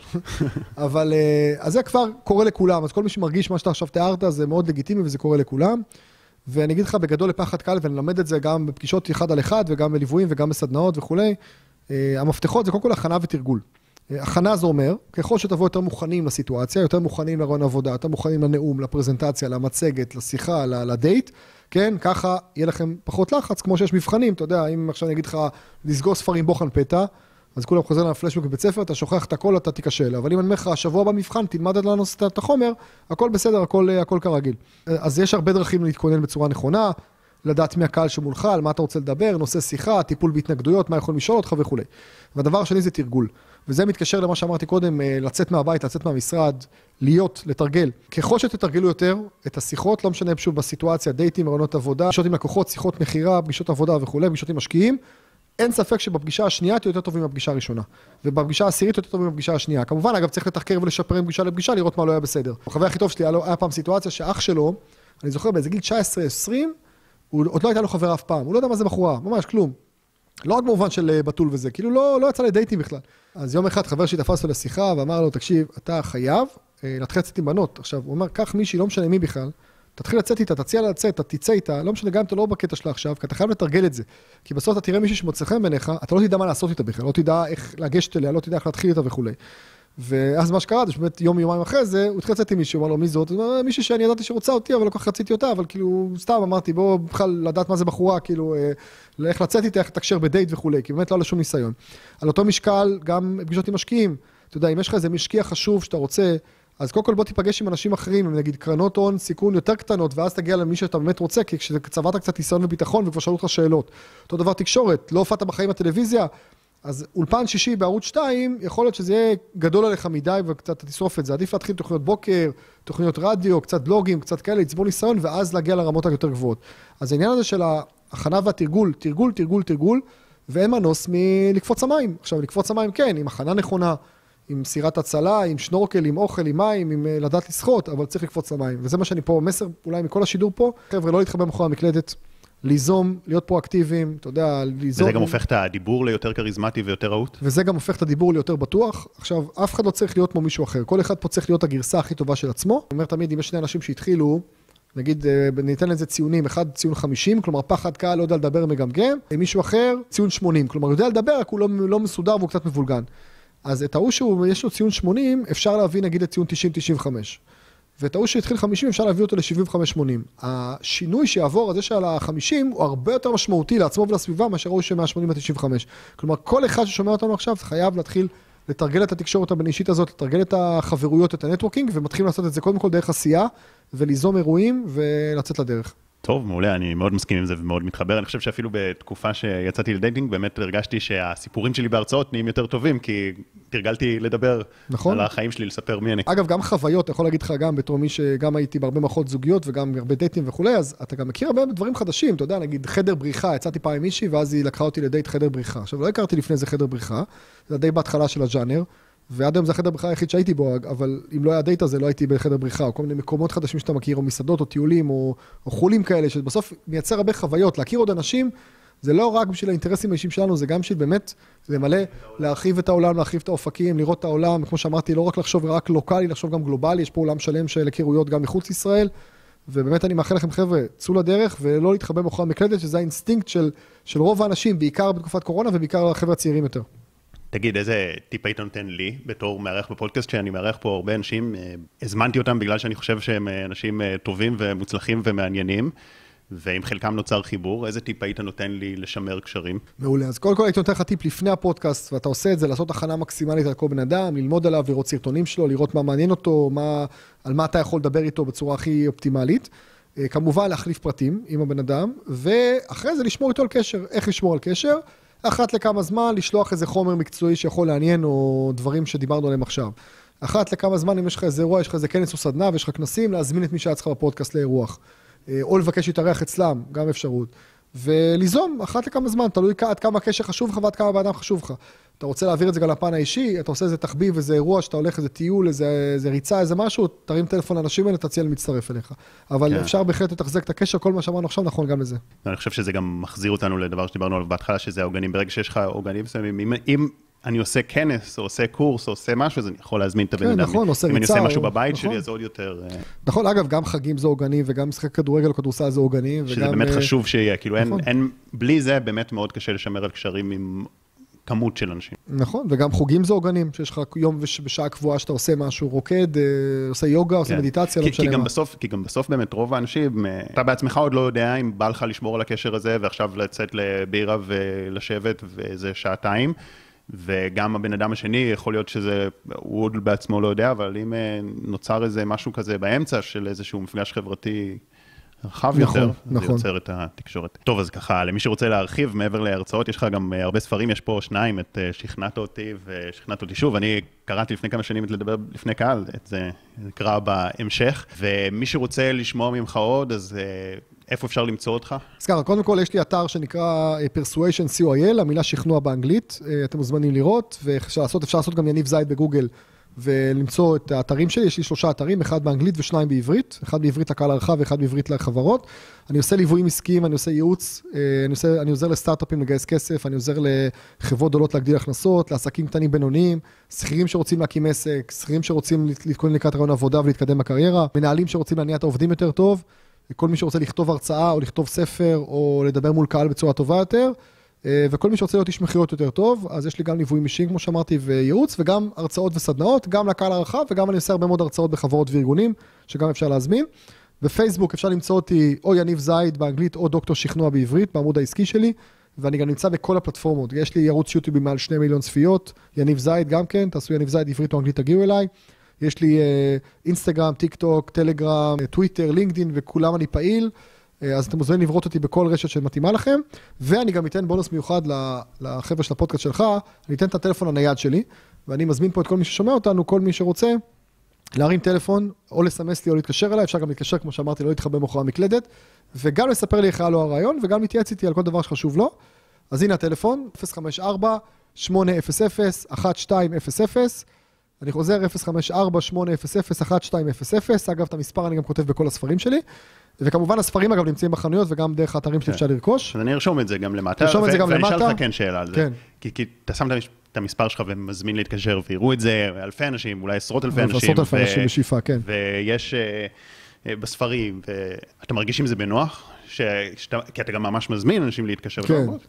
אבל אז זה כבר קורה לכולם, אז כל מי שמרגיש מה שאתה עכשיו תיארת זה מאוד לגיטימי וזה קורה לכולם. ואני אגיד לך בגדול לפחד קהל, ונלמד את זה גם בפגישות אחד על אחד וגם בליוויים וגם בסדנאות וכולי. המפתחות זה קודם כל הכנה ותרגול. הכנה זה אומר, ככל שתבוא יותר מוכנים לסיטואציה, יותר מוכנים לרעיון עבודה, יותר מוכנים לנאום, לפרזנטציה, למצגת, לשיחה, לדייט, כן, ככה יהיה לכם פחות לחץ, כמו שיש מבחנים, אתה יודע, אם עכשיו אני אגיד לך לסגור ספרים בוחן פתע, אז כולם חוזרים לפלשבוק בבית ספר, אתה שוכח את הכל, אתה תיקשל, אבל אם אני אומר לך, השבוע במבחן, תלמד לנו את החומר, הכל בסדר, הכל כרגיל. אז יש הרבה דרכים להתכונן בצורה נכונה, לדעת מי הקהל שמולך, על מה אתה רוצה לדבר, נושא שיחה, טיפול בהתנגדויות, מה יכולים לשאול אותך וכו'. והדבר השני זה תרגול. וזה מתקשר למה שאמרתי קודם, לצאת מהבית, לצאת מהמשרד, לתרגל. ככל שתתרגלו יותר את השיחות, לא משנה שוב בסיטואציה, דייטים, רעיונות עבודה, פגישות עם לקוחות, שיחות מחירה, פגישות עבודה וכו', פגישות עם משקיעים, אין ספק שבפגישה השנייה תהיה יותר טובים מהפגישה הראשונה. ובפגישה העשירית יותר טובים מהפגישה השנייה. כמובן, אגב, צריך לתחקר ולשפר עם פגישה לפגישה, לראות מה לא היה בסדר. החבר הכי טוב שלי היה פעם סיטואציה שאח שלו, אני זוכר באיזה גיל 19-20, הוא עוד לא הייתה לו חבר אף פעם, הוא לא יודע מה זה בחורה, ממש כלום. לא רק במובן של בטול וזה, כאילו לא יצא לדייטים בכלל. אז יום אחד חבר שלי תפס לו לשיחה ואמר לו, תקשיב, אתה חייב להתחיל לצאת עם בנות. עכשיו, הוא אומר, קח מישהי, לא משנה מי בכלל, תתחיל לצאת איתה, תציע לה לצאת, אתה תצא איתה, לא משנה גם אם אתה לא בקטע שלה עכשיו, כי אתה חייב לתרגל את זה. כי בסוף אתה תראה מישהי שמוצא חן בעיניך, אתה לא תדע מה לעשות איתה בכלל, לא תדע איך לגשת אליה, לא תדע איך להתחיל איתה וכו'. ואז מה שקרה, זה שבאמת יומיים אחרי זה, הוא התחיל לצאת עם מישהו, אמר לו, מי זאת? מישהי שאני ידעתי שרוצה אותי, אבל לא כך רציתי אותה, אבל כאילו, סתם אמרתי, בוא בכלל לדעת מה זה בחורה, כאילו, איך לצאת איתה, איך לתקשר בדייט וכו', כי באמת לא היה שום ניסיון. על אותו משקל, גם פגישות עם משקיעים, אתה יודע, אם יש לך איזה משקיע חשוב שאתה רוצה, אז קודם כל בוא תיפגש עם אנשים אחרים, עם נגיד קרנות הון, סיכון יותר קטנות, ואז תגיע למי שאתה באמת רוצה, כי כשצברת קצת ניסיון וביטחון, וכבר שאלו אותך שאלות. אותו דבר תקשורת, לא הופעת בחיים בטלוויזיה, אז אולפן שישי בערוץ 2, יכול להיות שזה יהיה גדול עליך מדי וקצת תשרוף את זה. עדיף להתחיל תוכניות בוקר, תוכניות רדיו, קצת בלוגים, קצת כאלה, לצבור ניסיון, ואז להגיע לרמות היותר גבוהות. אז העניין הזה של ההכנה והתרגול, תרגול, ואין מנוס מלקפוץ המים. עכשיו, לקפוץ המים כן, עם הכנה נכונה, עם סירת הצלה, עם שנורקל, עם אוכל, עם מים, עם לדעת לשחות, אבל צריך לקפוץ המים. וזה מה שאני פה, מסר אולי מכל השידור פה, חבר'ה, לא להתחבא מאחורי המקלדת. ליזום, להיות פרואקטיביים, אתה יודע, ליזום. וזה גם הופך את הדיבור ליותר קריזמטי ויותר רהוט? וזה גם הופך את הדיבור ליותר בטוח. עכשיו, אף אחד לא צריך להיות כמו מישהו אחר. כל אחד פה צריך להיות הגרסה הכי טובה של עצמו. אני אומר תמיד, אם יש שני אנשים שהתחילו, נגיד, ניתן לזה ציונים, אחד ציון 50, כלומר, פחד קהל לא יודע לדבר מגמגם, מישהו אחר, ציון 80, כלומר, יודע לדבר, רק הוא לא מסודר והוא קצת מבולגן. אז את ההוא שיש לו ציון 80, אפשר להביא נגיד לציון 90-95. ואת ההוא שהתחיל 50 אפשר להביא אותו ל-75-80. השינוי שיעבור, הזה שעל ה-50, הוא הרבה יותר משמעותי לעצמו ולסביבה, מאשר ההוא ש-180-95. כלומר, כל אחד ששומע אותנו עכשיו, חייב להתחיל לתרגל את התקשורת הבין-אישית הזאת, לתרגל את החברויות, את הנטוורקינג, ומתחילים לעשות את זה קודם כל דרך עשייה, וליזום אירועים ולצאת לדרך. טוב, מעולה, אני מאוד מסכים עם זה ומאוד מתחבר. אני חושב שאפילו בתקופה שיצאתי לדייטינג, באמת הרגשתי שהסיפורים שלי בהרצאות נהיים יותר טובים, כי תרגלתי לדבר על החיים שלי, לספר מי אני. אגב, גם חוויות, יכול להגיד לך גם בתור מי שגם הייתי בהרבה מערכות זוגיות וגם הרבה דייטים וכולי, אז אתה גם מכיר הרבה דברים חדשים, אתה יודע, נגיד חדר בריחה, יצאתי פעם עם מישהי, ואז היא לקחה אותי לדייט חדר בריחה. עכשיו, לא הכרתי לפני זה חדר בריחה, זה די בהתחלה של הז'אנר, ועד היום זה החדר בריחה היחיד שהייתי בו, אבל אם לא היה דייט הזה, לא הייתי בחדר בריחה, או כל מיני מקומות חדשים שאתה מכיר, או מסעדות, או טיולים, או חולים כאלה, שבסוף מייצר הרבה חוויות. להכיר עוד אנשים, זה לא רק בשביל האינטרסים האישיים שלנו, זה גם בשביל באמת, זה מלא להרחיב את העולם, להרחיב את האופקים, לראות את העולם, כמו שאמרתי, לא רק לחשוב רק לוקלי, לחשוב גם גלובלי, יש פה עולם שלם של היכרויות גם מחוץ ישראל, ובאמת אני מאחל לכם חבר'ה, צאו לדרך ולא להתחבא מאחורי המקלדת, שזה האינסטינקט של רוב האנשים, בעיקר בתקופת קורונה ובעיקר החבר'ה הצעירים יותר. תגיד, איזה טיפ היית נותן לי בתור מארח בפודקאסט, שאני מארח פה הרבה אנשים, הזמנתי אותם בגלל שאני חושב שהם אנשים טובים ומוצלחים ומעניינים, ועם חלקם נוצר חיבור, איזה טיפ היית נותן לי לשמר קשרים? מעולה, אז קודם כל הייתי נותן לך טיפ לפני הפודקאסט, ואתה עושה את זה, לעשות הכנה מקסימלית על כל בן אדם, ללמוד עליו, לראות סרטונים שלו, לראות מה מעניין אותו, על מה אתה יכול לדבר איתו בצורה הכי אופטימלית. כמובן להחליף פרטים עם הבן אדם, ואחרי זה לשמור איתו על קשר. איך לשמור על קשר? אחת לכמה זמן לשלוח איזה חומר מקצועי שיכול לעניין, או דברים שדיברנו עליהם עכשיו. אחת לכמה זמן, אם יש לך איזה אירוע, יש לך איזה כנס או סדנה, ויש לך כנסים, להזמין את מי שהיה צריך בפודקאסט לאירוח. או לבקש להתארח אצלם, גם אפשרות. וליזום, אחת לכמה זמן, תלוי עד כמה הקשר חשוב לך, ועד כמה באדם חשוב לך. אתה רוצה להעביר את זה גם לפן האישי, אתה עושה איזה תחביב, איזה אירוע, שאתה הולך איזה טיול, איזה ריצה, איזה משהו, תרים טלפון לאנשים האלה, תציע להצטרף אליך. אבל אפשר בהחלט לתחזק את הקשר, כל מה שאמרנו עכשיו נכון גם לזה. אני חושב שזה גם מחזיר אותנו לדבר שדיברנו עליו בהתחלה, שזה העוגנים. ברגע שיש לך עוגנים מסוימים, אם אני עושה כנס, או עושה קורס, או עושה משהו, אז אני יכול להזמין את הבן אדם. נכון, עושה אם אני ריצה, עושה משהו בבית שלי, אז עוד יותר... נכון, אגב, גם חגים זה עוגנים, וגם משחק כדורגל או כדורסל זה עוגנים. שזה באמת חשוב שיהיה, כאילו בלי זה באמת מאוד קשה לשמר על קשרים עם כמות של אנשים. נכון, וגם חוגים זה עוגנים, שיש לך יום בשעה קבועה שאתה עושה משהו, רוקד, עושה יוגה, עושה מדיטציה, לא משנה מה. כי גם בסוף באמת רוב האנשים, אתה בעצמך עוד לא יודע אם בא לך לשמור על הקשר הזה, ועכשיו לצאת לבירה ולשבת ואיזה שעתיים, וגם הבן אדם השני יכול להיות שזה, הוא עוד בעצמו לא יודע, אבל אם נוצר איזה משהו כזה באמצע של איזשהו מפגש חברתי רחב יותר, זה יוצר את התקשורת. טוב, אז ככה, למי שרוצה להרחיב מעבר להרצאות, יש לך גם הרבה ספרים, יש פה שניים, את שכנעת אותי ושכנעת אותי שוב. אני קראתי לפני כמה שנים את לדבר לפני קהל, את זה נקרא בהמשך, ומי שרוצה לשמוע ממך עוד, אז איפה אפשר למצוא אותך? אז ככה, קודם כל יש לי אתר שנקרא Persuasion COIL, המילה שכנוע באנגלית, אתם מוזמנים לראות, ואפשר לעשות גם יניב זייד בגוגל, ולמצוא את האתרים שלי, יש לי 3 אתרים, אחד באנגלית ו2 בעברית, אחד בעברית לקהל הרחב ואחד בעברית לחברות. אני עושה ליוויים עסקיים, אני עושה ייעוץ, אני עוזר לסטארט-אפים לגייס כסף, אני עוזר לחברות גדולות להגדיל הכנסות, לעסקים קטנים בינוניים, שכירים שרוצים להקים עסק, שכירים שרוצים להתכונן לקראת רעיון עבודה ולהתקדם בקריירה, מנהלים שרוצים להניע את העובדים יותר טוב, כל מי שרוצה לכתוב הרצאה או לכתוב ספר או לדבר מול קהל בצורה טובה יותר, וכל מי שרוצה להיות איש מכירות יותר טוב, אז יש לי גם ליוויים אישיים, כמו שאמרתי, וייעוץ, וגם הרצאות וסדנאות, גם לקהל הרחב, וגם אני עושה הרבה מאוד הרצאות בחברות וארגונים, שגם אפשר להזמין. בפייסבוק אפשר למצוא אותי או יניב זייד באנגלית, או דוקטור שכנוע בעברית, בעמוד העסקי שלי, ואני גם נמצא בכל הפלטפורמות. יש לי ערוץ יוטיוב עם מעל 2 מיליון צפיות, יניב זייד גם כן, תעשו יניב זייד עברית או אנגלית, תגיעו אליי. יש לי אינסטגרם, טיק טוק, טלגרם, טוויטר, לינקדין, וכולם אני פעיל. אז אתם מוזמנים לראות אותי בכל רשת שמתאימה לכם, ואני גם אתן בונוס מיוחד לחבר'ה של הפודקאסט שלך, אני אתן את הטלפון הנייד שלי, ואני מזמין פה את כל מי ששומע אותנו, כל מי שרוצה, להרים טלפון, או לסמס לי או להתקשר אליי, אפשר גם להתקשר, כמו שאמרתי, לא להתחבא מאחורי המקלדת, וגם לספר לי איך היה לו הרעיון, וגם להתייעץ איתי על כל דבר שחשוב לו. אז הנה הטלפון, 054-800-1200, אני חוזר 054-800-1200, אגב, את המספר אני גם כותב בכל הספרים שלי, וכמובן הספרים אגב נמצאים בחנויות וגם דרך האתרים שאפשר לרכוש. אז אני ארשום את זה גם למטה, ואני אשאל לך כן שאלה על זה. כי אתה שם את המספר שלך ומזמין להתקשר, ויראו את זה אלפי אנשים, אולי עשרות אלפי אנשים. עשרות אלפי אנשים בשאיפה, כן. ויש בספרים, ואתה מרגיש עם זה בנוח, כי אתה גם ממש מזמין אנשים להתקשר. כן.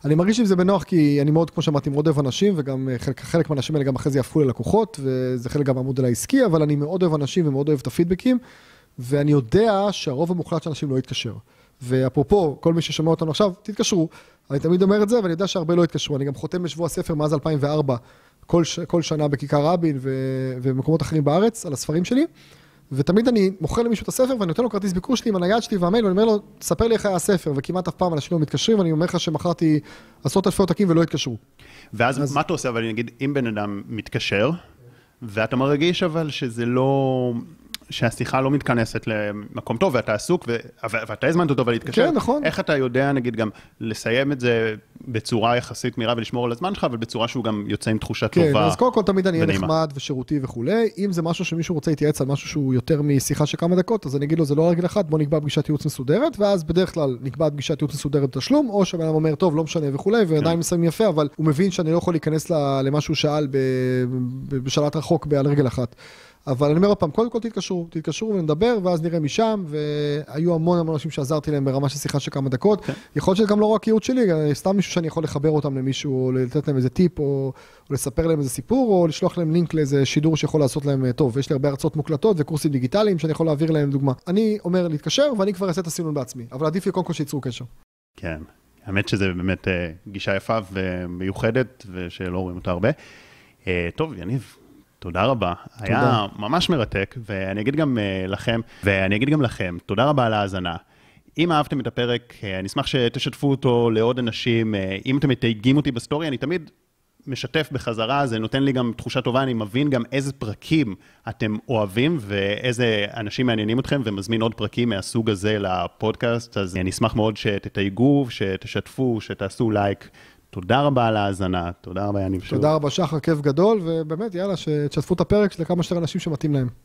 אני מרגיש עם זה בנוח, כי אני מאוד, כמו שאמרתי, מאוד אוהב אנשים, וגם חלק מהאנשים האלה גם אחרי זה יפכו ללקוחות, וזה חלק גם מהמודל העסקי, אבל אני מאוד אוהב אנשים ומאוד אוהב את הפידבקים, ואני יודע שהרוב המוחלט של אנשים לא יתקשר. ואפרופו, כל מי ששומע אותנו עכשיו, תתקשרו. אני תמיד אומר את זה, ואני יודע שהרבה לא יתקשרו. אני גם חותם בשבוע הספר מאז 2004, כל שנה בכיכר רבין ומקומות אחרים בארץ, על הספרים שלי. ותמיד אני מוכר למישהו את הספר, ואני נותן לו כרטיס ביקור שלי עם הנייד שלי והמייל, ואני אומר לו, תספר לי איך היה הספר, וכמעט אף פעם אנשים לא מתקשרים, ואני אומר לך שמכרתי עשרות אלפי עותקים ולא התקשרו. ואז מה אתה עושה? אבל נגיד, אם בן אדם מתקשר, ואתה מרגיש אבל שזה לא... שהשיחה לא מתכנסת למקום טוב, ואתה עסוק, ואתה הזמנת אותו ולהתקשר. כן, נכון. איך אתה יודע, נגיד, גם לסיים את זה בצורה יחסית מהירה ולשמור על הזמן שלך, אבל בצורה שהוא גם יוצא עם תחושה טובה ונעימה. כן, אז קודם כל תמיד אני אהיה נחמד ושירותי וכולי. אם זה משהו שמישהו רוצה להתייעץ על משהו שהוא יותר משיחה של כמה דקות, אז אני אגיד לו, זה לא רגל אחד, בוא נקבע פגישת ייעוץ מסודרת, ואז בדרך כלל נקבע פגישת ייעוץ מסודרת בתשלום, או שבן אדם אומר, טוב, לא משנה וכולי, ועדיין מסיים יפה, אבל הוא מבין שאני לא יכול להיכנס למה שהוא שאל בשלט רחוק על רגל אחת. אבל אני אומר עוד פעם, קודם כל תתקשרו ונדבר, ואז נראה משם, והיו המון אנשים שעזרתי להם ברמה של שיחה של כמה דקות. יכול להיות שזה גם לא רק ייעוץ שלי, סתם מישהו שאני יכול לחבר אותם למישהו, או לתת להם איזה טיפ, או לספר להם איזה סיפור, או לשלוח להם לינק לאיזה שידור שיכול לעשות להם טוב. יש לי הרבה הרצאות מוקלטות וקורסים דיגיטליים שאני יכול להעביר להם דוגמה. אני אומר להתקשר, ואני כבר אעשה את הסינון בעצמי, אבל עדיף לי קודם כל שיצרו קשר. כן, האמת שזה באמת גישה יפה ומיוחדת, ושלא רואים אותה הרבה. טוב, יניב. תודה רבה, היה ממש מרתק, ואני אגיד גם לכם, תודה רבה על ההאזנה. אם אהבתם את הפרק, אני אשמח שתשתפו אותו לעוד אנשים, אם אתם מתייגים אותי בסטורי, אני תמיד משתף בחזרה, זה נותן לי גם תחושה טובה, אני מבין גם איזה פרקים אתם אוהבים, ואיזה אנשים מעניינים אתכם, ומזמין עוד פרקים מהסוג הזה לפודקאסט, אז אני אשמח מאוד שתתייגו, שתשתפו, שתעשו לייק, תודה רבה על ההאזנה, תודה רבה יניב. תודה רבה שחר, כיף גדול, ובאמת יאללה, שתשתפו את הפרק לכמה שיותר אנשים שמתאים להם.